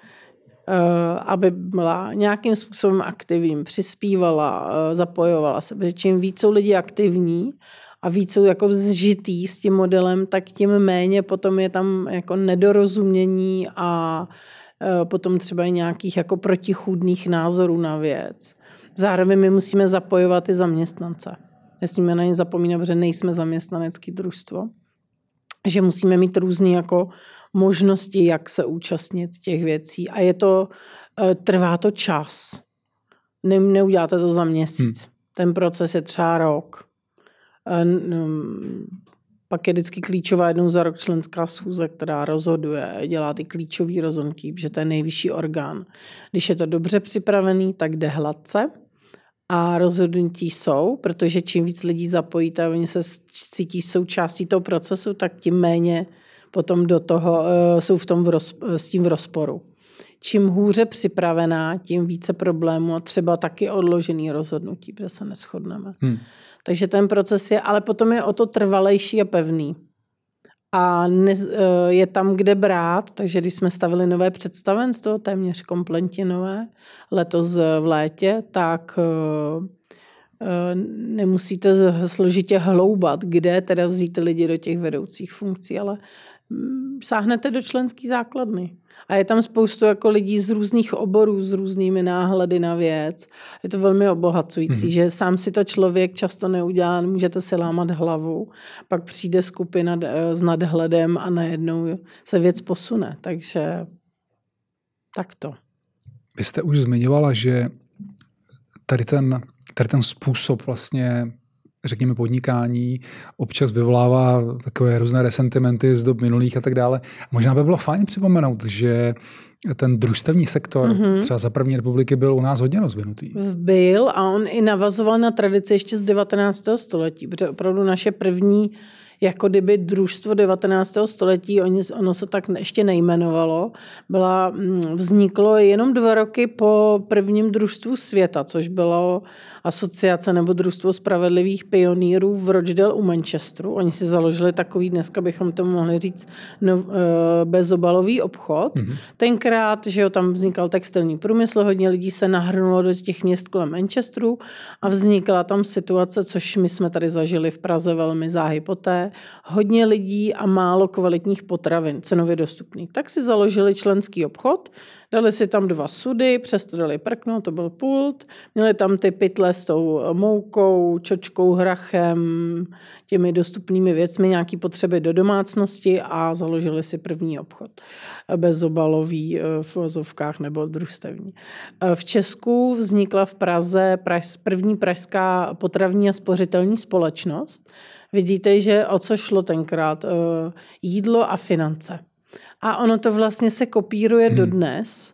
aby byla nějakým způsobem aktivní, přispívala, zapojovala se. Protože čím víc jsou lidi aktivní a víc jsou jako zžitý s tím modelem, tak tím méně potom je tam jako nedorozumění a potom třeba i nějakých jako protichůdných názorů na věc. Zároveň my musíme zapojovat i zaměstnance. Nesmíme na ně zapomínat, protože nejsme zaměstnanecké družstvo. Že musíme mít různé jako možnosti, jak se účastnit těch věcí. A trvá to čas. Neuděláte to za měsíc. Ten proces je třeba rok. Pak je vždycky klíčová jednou za rok členská schůze, která rozhoduje, dělá ty klíčový rozhodnutí, protože to je nejvyšší orgán. Když je to dobře připravený, tak jde hladce. A rozhodnutí jsou, protože čím víc lidí zapojíte a oni se cítí součástí toho procesu, tak tím méně potom do toho jsou s tím v rozporu. Čím hůře připravená, tím více problémů a třeba taky odložený rozhodnutí, protože se neshodneme. Takže ten proces je, ale potom je o to trvalejší a pevný. A je tam, kde brát, takže když jsme stavili nové představenstvo, téměř kompletně nové, letos v létě, tak nemusíte složitě hloubat, kde teda vzít lidi do těch vedoucích funkcí, ale sáhnete do členský základny. A je tam spoustu jako lidí z různých oborů, s různými náhledy na věc. Je to velmi obohacující, že sám si to člověk často neudělá, můžete si lámat hlavu, pak přijde skupina s nadhledem a najednou se věc posune. Takže takto. Vy jste už zmiňovala, že tady ten způsob vlastně, řekněme, podnikání občas vyvolává takové různé resentimenty z dob minulých a tak dále. Možná by bylo fajn připomenout, že ten družstevní sektor třeba za první republiky byl u nás hodně rozvinutý. Byl a on i navazoval na tradici ještě z 19. století, protože opravdu naše první jako kdyby družstvo 19. století, ono se tak ještě nejmenovalo, vzniklo jenom 2 roky po prvním družstvu světa, což bylo asociace nebo družstvo spravedlivých pionýrů v Rochdale u Manchesteru. Oni si založili takový, dneska bychom to mohli říct, bezobalový obchod. Tenkrát, že jo, tam vznikal textilní průmysl, hodně lidí se nahrnulo do těch měst kolem Manchesteru a vznikla tam situace, což my jsme tady zažili v Praze velmi záhy poté. Hodně lidí a málo kvalitních potravin, cenově dostupných. Tak si založili členský obchod, dali si tam 2 sudy, přesto dali prkno, to byl pult, měli tam ty pytle s tou moukou, čočkou, hrachem, těmi dostupnými věcmi, nějaký potřeby do domácnosti a založili si první obchod. Bezobalový v vozovkách nebo družstevní. V Česku vznikla v Praze první pražská potravní a spořitelní společnost. Vidíte, že o co šlo tenkrát? Jídlo a finance. A ono to vlastně se kopíruje dodnes.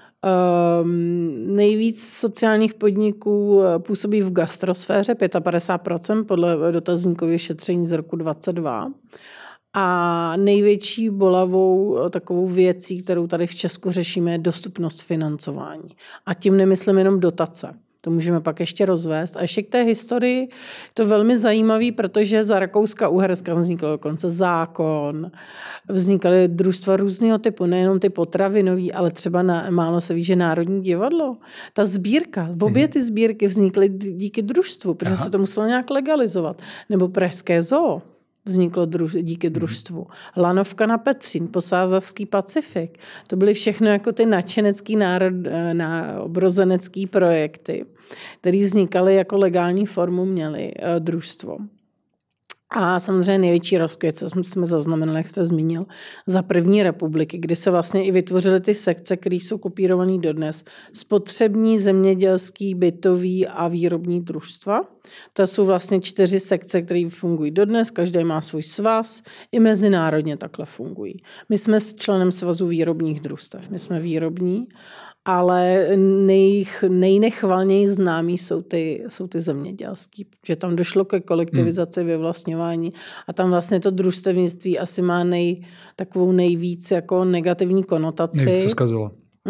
Nejvíc sociálních podniků působí v gastrosféře, 55% podle dotazníkového šetření z roku 2022. A největší bolavou takovou věcí, kterou tady v Česku řešíme, je dostupnost financování. A tím nemyslím jenom dotace. To můžeme pak ještě rozvést. A ještě k té historii to velmi zajímavý, protože za Rakouska-Uherska vznikl dokonce zákon, vznikaly družstva různého typu, nejenom ty potravinový, ale třeba málo se ví, že Národní divadlo. Ta sbírka, obě ty sbírky vznikly díky družstvu, protože se to muselo nějak legalizovat. Nebo Pražské zoo vzniklo díky družstvu. Lanovka na Petřín, Posázavský Pacifik. To byly všechno jako ty nadšenecký obrozenecký projekty, které vznikaly jako legální formu, měly družstvo. A samozřejmě největší rozkvět jsme zaznamenali, jak jste zmínil, za první republiky, kdy se vlastně i vytvořily ty sekce, které jsou kopírované dodnes. Spotřební, zemědělský, bytový a výrobní družstva. To jsou vlastně 4 sekce, které fungují dodnes, každý má svůj svaz, i mezinárodně takhle fungují. My jsme s členem svazu výrobních družstev, my jsme výrobní, ale nejnechvalněji známí jsou ty zemědělský, že tam došlo ke kolektivizaci, vyvlastňování a tam vlastně to družstevnictví asi má takovou nejvíc jako negativní konotaci. Nejvíc to zkazilo.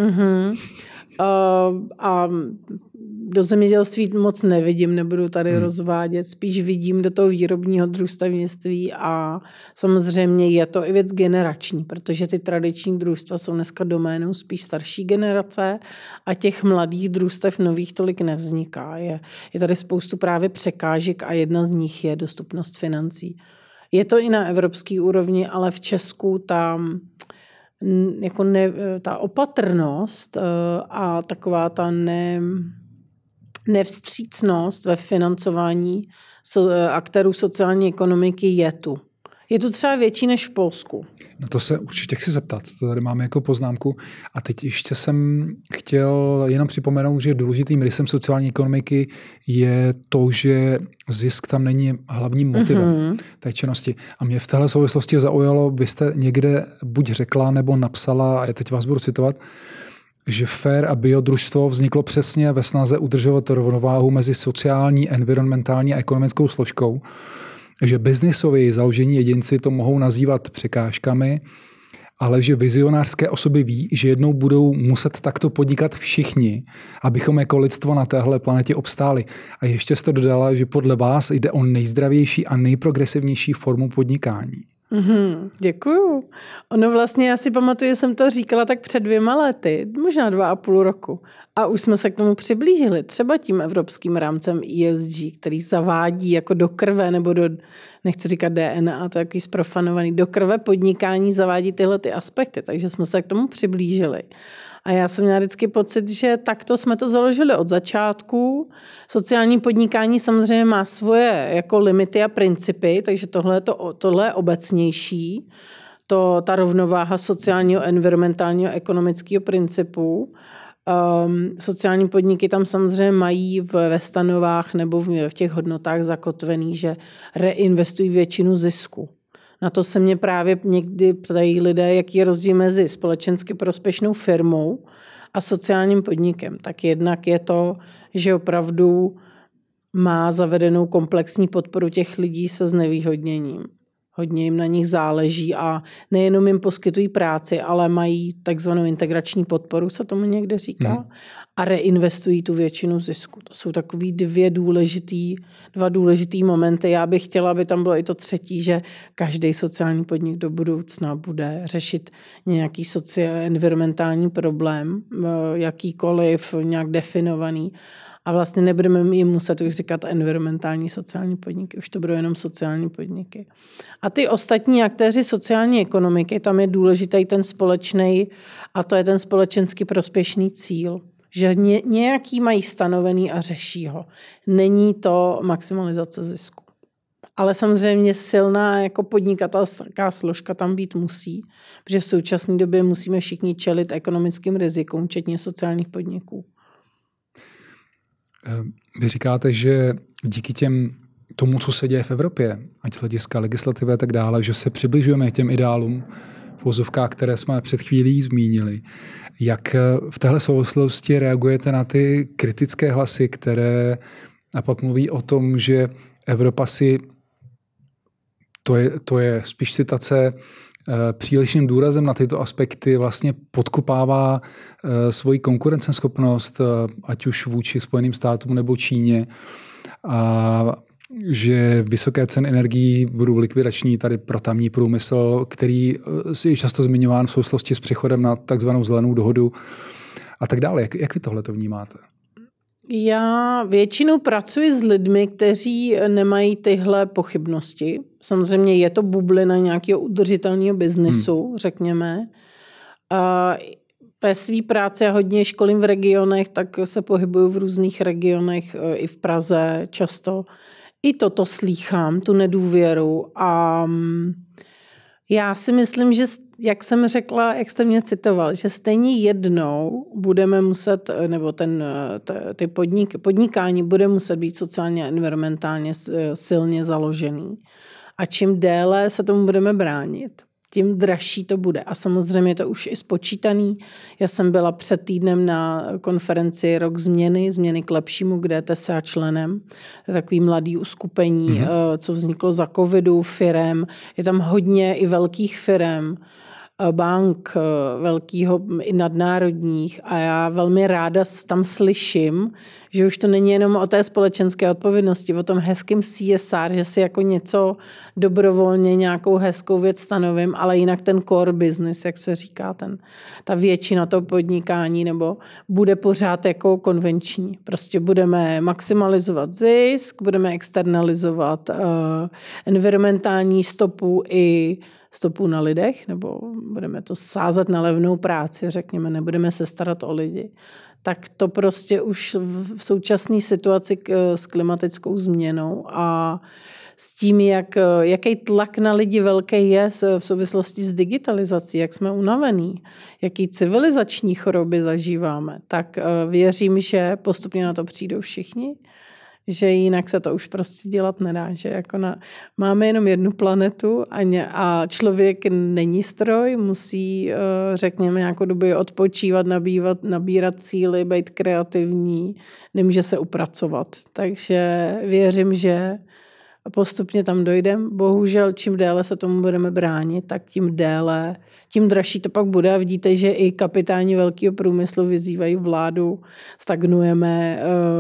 A do zemědělství moc nevidím, nebudu tady rozvádět, spíš vidím do toho výrobního družstevnictví a samozřejmě je to i věc generační, protože ty tradiční družstva jsou dneska doménou spíš starší generace a těch mladých družstev nových tolik nevzniká. Je tady spoustu právě překážek a jedna z nich je dostupnost financí. Je to i na evropské úrovni, ale v Česku tam ta opatrnost a taková ta nevstřícnost ve financování aktérů sociální ekonomiky je tu. Je tu třeba větší než v Polsku. No to se určitě chci zeptat. To tady máme jako poznámku. A teď ještě jsem chtěl jenom připomenout, že důležitým rysem sociální ekonomiky je to, že zisk tam není hlavním motivem té činnosti. A mě v téhle souvislosti zaujalo, vy jste někde buď řekla nebo napsala, a teď vás budu citovat, že FAIR a biodružstvo vzniklo přesně ve snaze udržovat rovnováhu mezi sociální, environmentální a ekonomickou složkou, že biznisoví založení jedinci to mohou nazývat překážkami, ale že vizionářské osoby ví, že jednou budou muset takto podnikat všichni, abychom jako lidstvo na téhle planetě obstáli. A ještě jste dodala, že podle vás jde o nejzdravější a nejprogresivnější formu podnikání. Děkuju. Ono vlastně, já si pamatuju, že jsem to říkala tak před 2 lety, možná 2,5 roku. A už jsme se k tomu přiblížili. Třeba tím evropským rámcem ESG, který zavádí jako do krve nebo do, nechci říkat DNA, to je takový zprofanovaný, do krve podnikání zavádí tyhle ty aspekty. Takže jsme se k tomu přiblížili. A já jsem měla vždycky pocit, že takto jsme to založili od začátku. Sociální podnikání samozřejmě má svoje jako limity a principy, takže tohle je obecnější. Ta rovnováha sociálního, environmentálního, ekonomického principu. Sociální podniky tam samozřejmě mají ve stanovách nebo v těch hodnotách zakotvený, že reinvestují většinu zisku. Na to se mě právě někdy ptají lidé, jaký je rozdíl mezi společensky prospěšnou firmou a sociálním podnikem. Tak jednak je to, že opravdu má zavedenou komplexní podporu těch lidí se znevýhodněním. Hodně jim na nich záleží a nejenom jim poskytují práci, ale mají takzvanou integrační podporu, co tomu někde říká, a reinvestují tu většinu zisku. To jsou takový dva důležitý momenty. Já bych chtěla, aby tam bylo i to třetí, že každý sociální podnik do budoucna bude řešit nějaký environmentální problém, jakýkoliv, nějak definovaný. A vlastně nebudeme jim muset už říkat environmentální sociální podniky, už to budou jenom sociální podniky. A ty ostatní aktéři sociální ekonomiky, tam je důležitý ten společný, a to je ten společensky prospěšný cíl, že nějaký mají stanovený a řeší ho. Není to maximalizace zisku. Ale samozřejmě silná jako podnikatelská složka tam být musí, protože v současné době musíme všichni čelit ekonomickým rizikům, včetně sociálních podniků. Vy říkáte, že díky tomu, co se děje v Evropě, ať z hlediska legislativy a tak dále, že se přibližujeme k těm ideálům v uvozovkách, které jsme před chvílí zmínili. Jak v téhle souvislosti reagujete na ty kritické hlasy, které napak mluví o tom, že Evropa si, to je spíš citace, přílišným důrazem na tyto aspekty vlastně podkopává svoji konkurenceschopnost, ať už vůči Spojeným státům nebo Číně, a že vysoké ceny energií budou likvidační tady pro tamní průmysl, který je často zmiňován v souvislosti s přechodem na takzvanou zelenou dohodu a tak dále. Jak vy tohle to vnímáte? Já většinou pracuji s lidmi, kteří nemají tyhle pochybnosti. Samozřejmě je to bublina nějakého udržitelného biznesu, řekněme. Ve své práci hodně školím v regionech, tak se pohybuju v různých regionech, i v Praze často. I toto slýchám, tu nedůvěru. A já si myslím, že jak jsem řekla, jak jste mě citoval, že stejně jednou budeme muset, nebo podnikání bude muset být sociálně a environmentálně silně založený. A čím déle se tomu budeme bránit, tím dražší to bude. A samozřejmě je to už i spočítaný. Já jsem byla před týdnem na konferenci Rok změny k lepšímu, kde je TSA členem. To je takový mladý uskupení, co vzniklo za covidu, firem. Je tam hodně i velkých firem, bank velkýho i nadnárodních a já velmi ráda tam slyším, že už to není jenom o té společenské odpovědnosti, o tom hezkým CSR, že si jako něco dobrovolně nějakou hezkou věc stanovím, ale jinak ten core business, jak se říká, ta většina toho podnikání nebo bude pořád jako konvenční. Prostě budeme maximalizovat zisk, budeme externalizovat environmentální stopu i stopu na lidech, nebo budeme to sázet na levnou práci, řekněme, nebudeme se starat o lidi, tak to prostě už v současné situaci s klimatickou změnou a s tím, jaký tlak na lidi velký je v souvislosti s digitalizací, jak jsme unavení, jaký civilizační choroby zažíváme, tak věřím, že postupně na to přijdou všichni, že jinak se to už prostě dělat nedá, že jako máme jenom jednu planetu a člověk není stroj, musí, řekněme, nějakou dobu odpočívat, nabírat síly, být kreativní, nemůže se upracovat. Takže věřím, že postupně tam dojdeme. Bohužel, čím déle se tomu budeme bránit, tak tím dražší to pak bude. A vidíte, že i kapitáni velkého průmyslu vyzývají vládu, stagnujeme,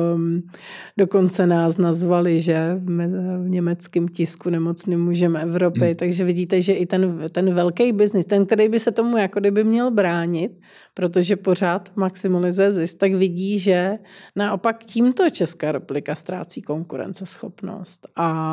dokonce nás nazvali, že v německém tisku nemocným mužem Evropy. Takže vidíte, že i ten velký biznis, ten, který by se tomu jako kdyby měl bránit, protože pořád maximalizuje zisk, tak vidí, že naopak tímto Česká republika ztrácí konkurenceschopnost.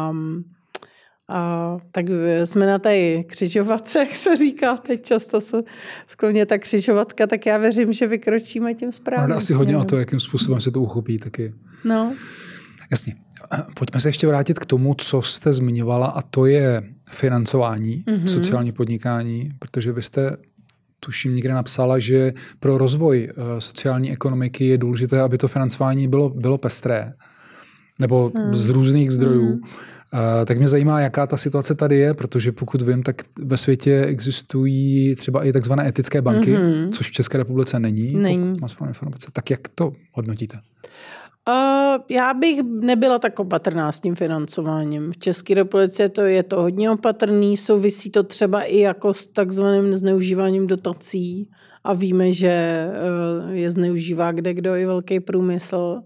A tak jsme na té křižovatce, jak se říká, teď často se skloně ta křižovatka, tak já věřím, že vykročíme tím správným. No, asi hodně o to, jakým způsobem se to uchopí taky. No. Jasně. Pojďme se ještě vrátit k tomu, co jste zmiňovala, a to je financování, sociální podnikání, protože vy jste, tuším, někde napsala, že pro rozvoj sociální ekonomiky je důležité, aby to financování bylo pestré, nebo z různých zdrojů. Tak mě zajímá, jaká ta situace tady je, protože pokud vím, tak ve světě existují třeba i takzvané etické banky, což v České republice není. Pokud mám správné informace. Tak jak to hodnotíte? Já bych nebyla tak opatrná s tím financováním. V České republice je to hodně opatrný, souvisí to třeba i jako s takzvaným zneužíváním dotací a víme, že je zneužívá kdekdo i velký průmysl.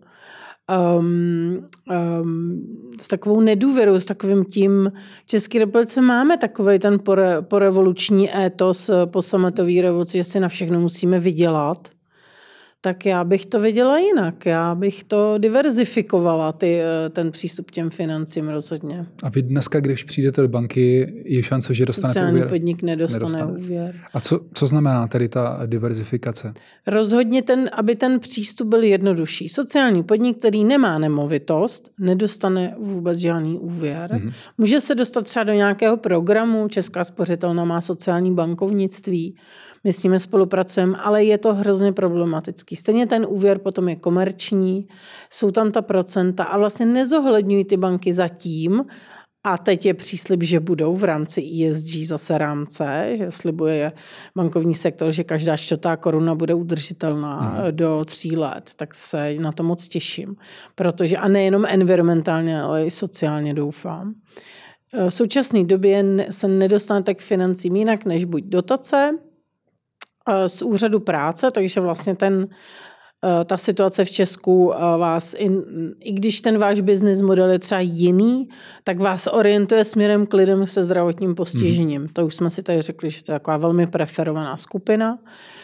S takovou nedůvěrou, s takovým tím, v České republice máme takovej ten porevoluční étos po sametové revoluci, že si na všechno musíme vydělat. Tak já bych to viděla jinak. Já bych to diverzifikovala, ten přístup k těm financím rozhodně. A vy dneska, když přijdete do banky, je šance, že dostanete sociální úvěr? podnik nedostane úvěr. A co znamená tedy ta diverzifikace? Rozhodně aby ten přístup byl jednodušší. Sociální podnik, který nemá nemovitost, nedostane vůbec žádný úvěr. Mm-hmm. Může se dostat třeba do nějakého programu, Česká spořitelna má sociální bankovnictví, my s nimi spolupracujeme, ale je to hrozně problematický. Stejně ten úvěr potom je komerční, jsou tam ta procenta a vlastně nezohledňují ty banky zatím, a teď je příslib, že budou v rámci ESG zase rámce, že slibuje bankovní sektor, že každá 4. koruna bude udržitelná do 3 let, tak se na to moc těším. Protože, a nejenom environmentálně, ale i sociálně doufám. V současné době se nedostanete k financím jinak, než buď dotace z úřadu práce, takže vlastně ta situace v Česku vás, i když ten váš business model je třeba jiný, tak vás orientuje směrem k lidem se zdravotním postižením. To už jsme si tady řekli, že to je taková velmi preferovaná skupina.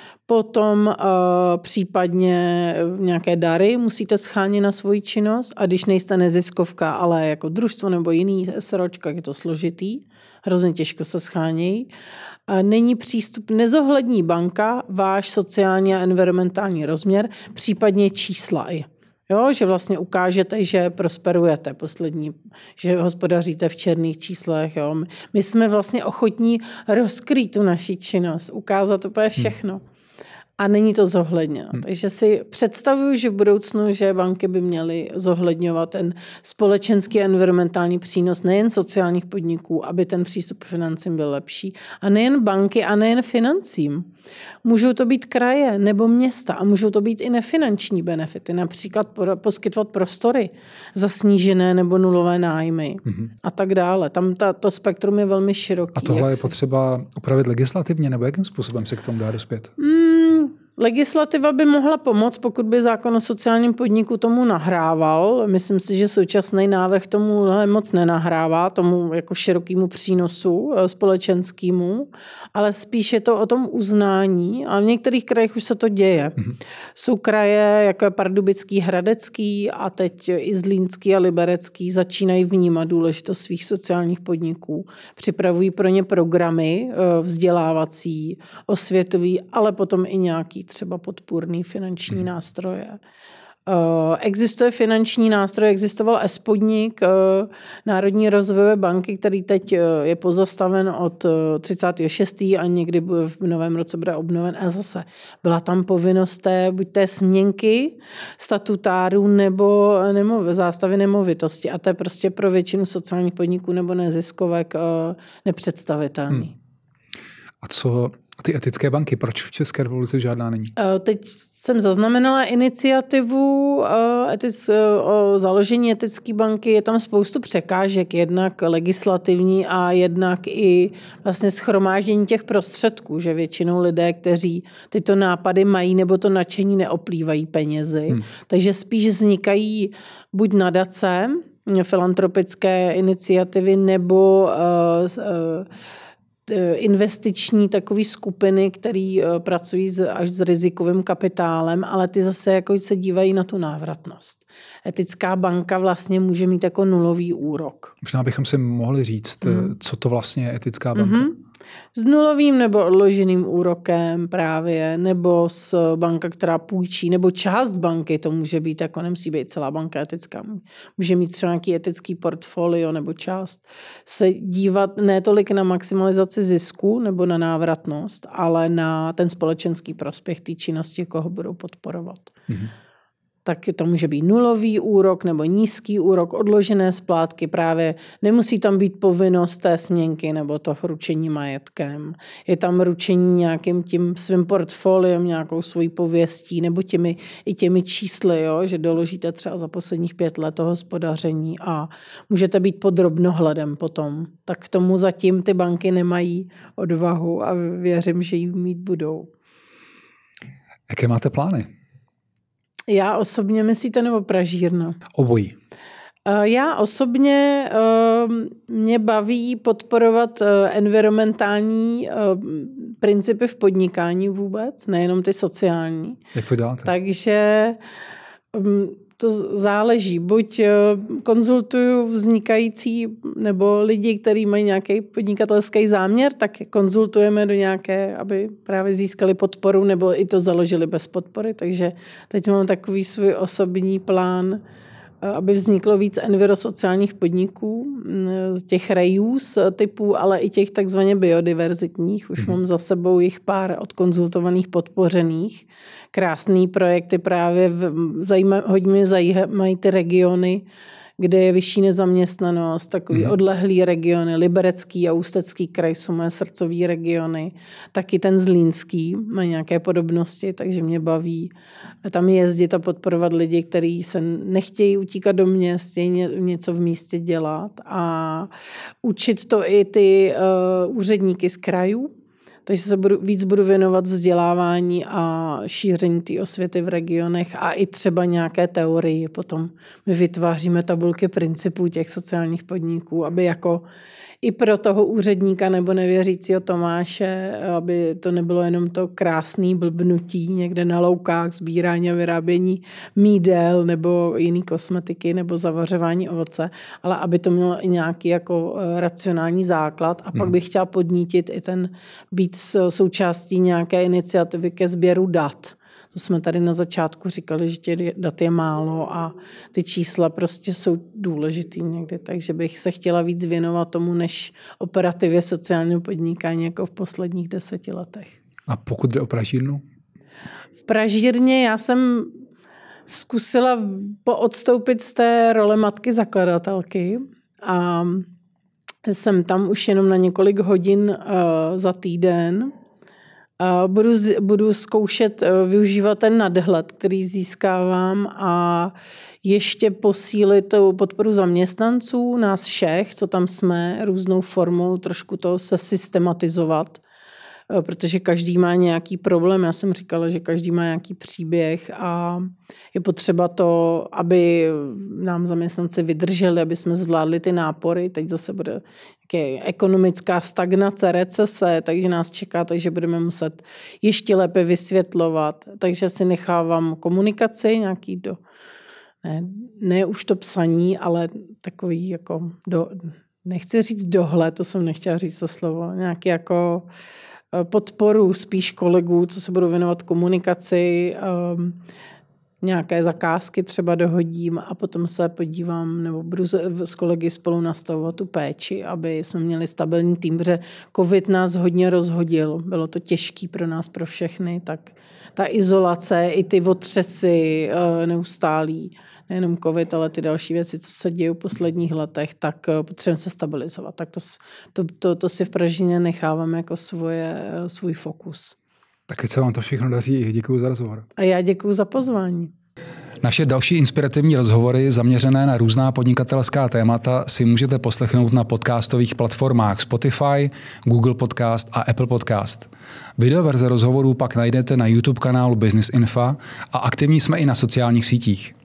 Potom případně nějaké dary musíte schánět na svoji činnost a když nejste neziskovka, ale jako družstvo nebo jiný SROčka, je to složitý, hrozně těžko se schánějí. Není přístup, nezohlední banka váš sociální a environmentální rozměr, případně čísla i. Jo, že vlastně ukážete, že prosperujete že hospodaříte v černých číslech. Jo. My jsme vlastně ochotní rozkrýt tu naši činnost, ukázat úplně všechno. A není to zohledněno. Takže si představuju, že v budoucnu, že banky by měly zohledňovat ten společenský a environmentální přínos nejen sociálních podniků, aby ten přístup k financím byl lepší. A nejen banky a nejen financím. Můžou to být kraje nebo města a můžou to být i nefinanční benefity. Například poskytovat prostory za snížené nebo nulové nájmy a tak dále. Tam to spektrum je velmi široký. A tohle je potřeba upravit legislativně nebo jakým způsobem se k tomu dá dospět? Legislativa by mohla pomoct, pokud by zákon o sociálním podniku tomu nahrával. Myslím si, že současný návrh tomu moc nenahrává, tomu jako širokému přínosu společenskému, ale spíš je to o tom uznání a v některých krajích už se to děje. Jsou kraje, jako je Pardubický, Hradecký a teď i Zlínský a Liberecký začínají vnímat důležitost svých sociálních podniků. Připravují pro ně programy vzdělávací, osvětový, ale potom i nějaký třeba podpůrný finanční nástroje. Existuje finanční nástroj, existoval S-podnik Národní rozvojové banky, který teď je pozastaven od 36. a někdy v novém roce bude obnoven. A zase byla tam povinnost buď té směnky statutáru nebo zástavy nemovitosti. A to je prostě pro většinu sociálních podniků nebo neziskovek nepředstavitelný. A co ty etické banky? Proč v České republice žádná není? Teď jsem zaznamenala iniciativu o založení etické banky. Je tam spoustu překážek, jednak legislativní a jednak i vlastně shromáždění těch prostředků, že většinou lidé, kteří tyto nápady mají nebo to nadšení neoplývají penězi. Takže spíš vznikají buď nadace, filantropické iniciativy nebo investiční takové skupiny, které pracují až s rizikovým kapitálem, ale ty zase jako se dívají na tu návratnost. Etická banka vlastně může mít jako nulový úrok. Možná bychom si mohli říct, co to vlastně je etická banka. S nulovým nebo odloženým úrokem právě, nebo s banka, která půjčí, nebo část banky, to může být, jako nemusí být celá banka etická. Může mít třeba nějaký etický portfolio nebo část. Se dívat ne tolik na maximalizaci zisku nebo na návratnost, ale na ten společenský prospěch té činnosti, koho budou podporovat. tak to může být nulový úrok nebo nízký úrok, odložené splátky právě. Nemusí tam být povinnost té směnky nebo toho ručení majetkem. Je tam ručení nějakým tím svým portfoliem, nějakou svojí pověstí nebo těmi čísly, jo? Že doložíte třeba za posledních 5 let toho hospodaření a můžete být pod drobnohledem potom. Tak k tomu zatím ty banky nemají odvahu a věřím, že ji mít budou. Jaké máte plány? Já osobně, myslíte, nebo pražírna? Obojí. Já osobně mě baví podporovat environmentální principy v podnikání vůbec, nejenom ty sociální. Jak to děláte? Takže to záleží. Buď konzultuju vznikající nebo lidi, kteří mají nějaký podnikatelský záměr, tak konzultujeme do nějaké, aby právě získali podporu nebo i to založili bez podpory. Takže teď mám takový svůj osobní plán, aby vzniklo víc envirosociálních podniků, těch reuse typů, ale i těch takzvaně biodiverzitních. Už mám za sebou jich pár odkonzultovaných, podpořených. Krásný projekty právě hodně zajímají ty regiony, kde je vyšší nezaměstnanost, takový odlehlý regiony, Liberecký a Ústecký kraj jsou moje srdcový regiony, taky ten Zlínský má nějaké podobnosti, takže mě baví tam jezdit a podporovat lidi, kteří se nechtějí utíkat do měst, chtějí něco v místě dělat a učit to i ty úředníky z krajů. Takže se víc budu věnovat vzdělávání a šíření té osvěty v regionech a i třeba nějaké teorii. Potom my vytváříme tabulky principů těch sociálních podniků, aby jako i pro toho úředníka nebo nevěřícího Tomáše, aby to nebylo jenom to krásné blbnutí někde na loukách, sbírání a vyrábění mídel nebo jiný kosmetiky nebo zavařování ovoce, ale aby to mělo i nějaký jako racionální základ a pak bych chtěla podnítit i ten být součástí nějaké iniciativy ke sběru dat. To jsme tady na začátku říkali, že těch dat je málo a ty čísla prostě jsou důležitý někdy, takže bych se chtěla víc věnovat tomu, než operativě sociálního podnikání jako v posledních 10 letech. A pokud jde o pražírnu? V pražírně já jsem zkusila poodstoupit z té role matky zakladatelky a jsem tam už jenom na několik hodin za týden. Budu zkoušet využívat ten nadhled, který získávám a ještě posílit tu podporu zaměstnanců, nás všech, co tam jsme, různou formou, trošku to se systematizovat, protože každý má nějaký problém. Já jsem říkala, že každý má nějaký příběh a je potřeba to, aby nám zaměstnanci vydrželi, aby jsme zvládli ty nápory. Teď zase bude ekonomická stagnace, recese, takže nás čeká, takže budeme muset ještě lépe vysvětlovat. Takže si nechávám komunikaci, nějaký ne už to psaní, ale takový jako nechci říct dohled, to jsem nechtěla říct to slovo, nějaký jako podporu spíš kolegů, co se budou věnovat komunikaci, nějaké zakázky třeba dohodím a potom se podívám, nebo budu s kolegy spolu nastavovat tu péči, aby jsme měli stabilní tým, protože covid nás hodně rozhodil. Bylo to těžký pro nás, pro všechny, tak ta izolace, i ty otřesy neustálí, nejenom covid, ale ty další věci, co se dějí v posledních letech, tak potřebujeme se stabilizovat. Tak to si v Pražině nechávám jako svůj fokus. Tak se vám to všechno daří. Děkuji za rozhovor. A já děkuji za pozvání. Naše další inspirativní rozhovory zaměřené na různá podnikatelská témata si můžete poslechnout na podcastových platformách Spotify, Google Podcast a Apple Podcast. Videoverze rozhovorů pak najdete na YouTube kanálu Business Info a aktivní jsme i na sociálních sítích.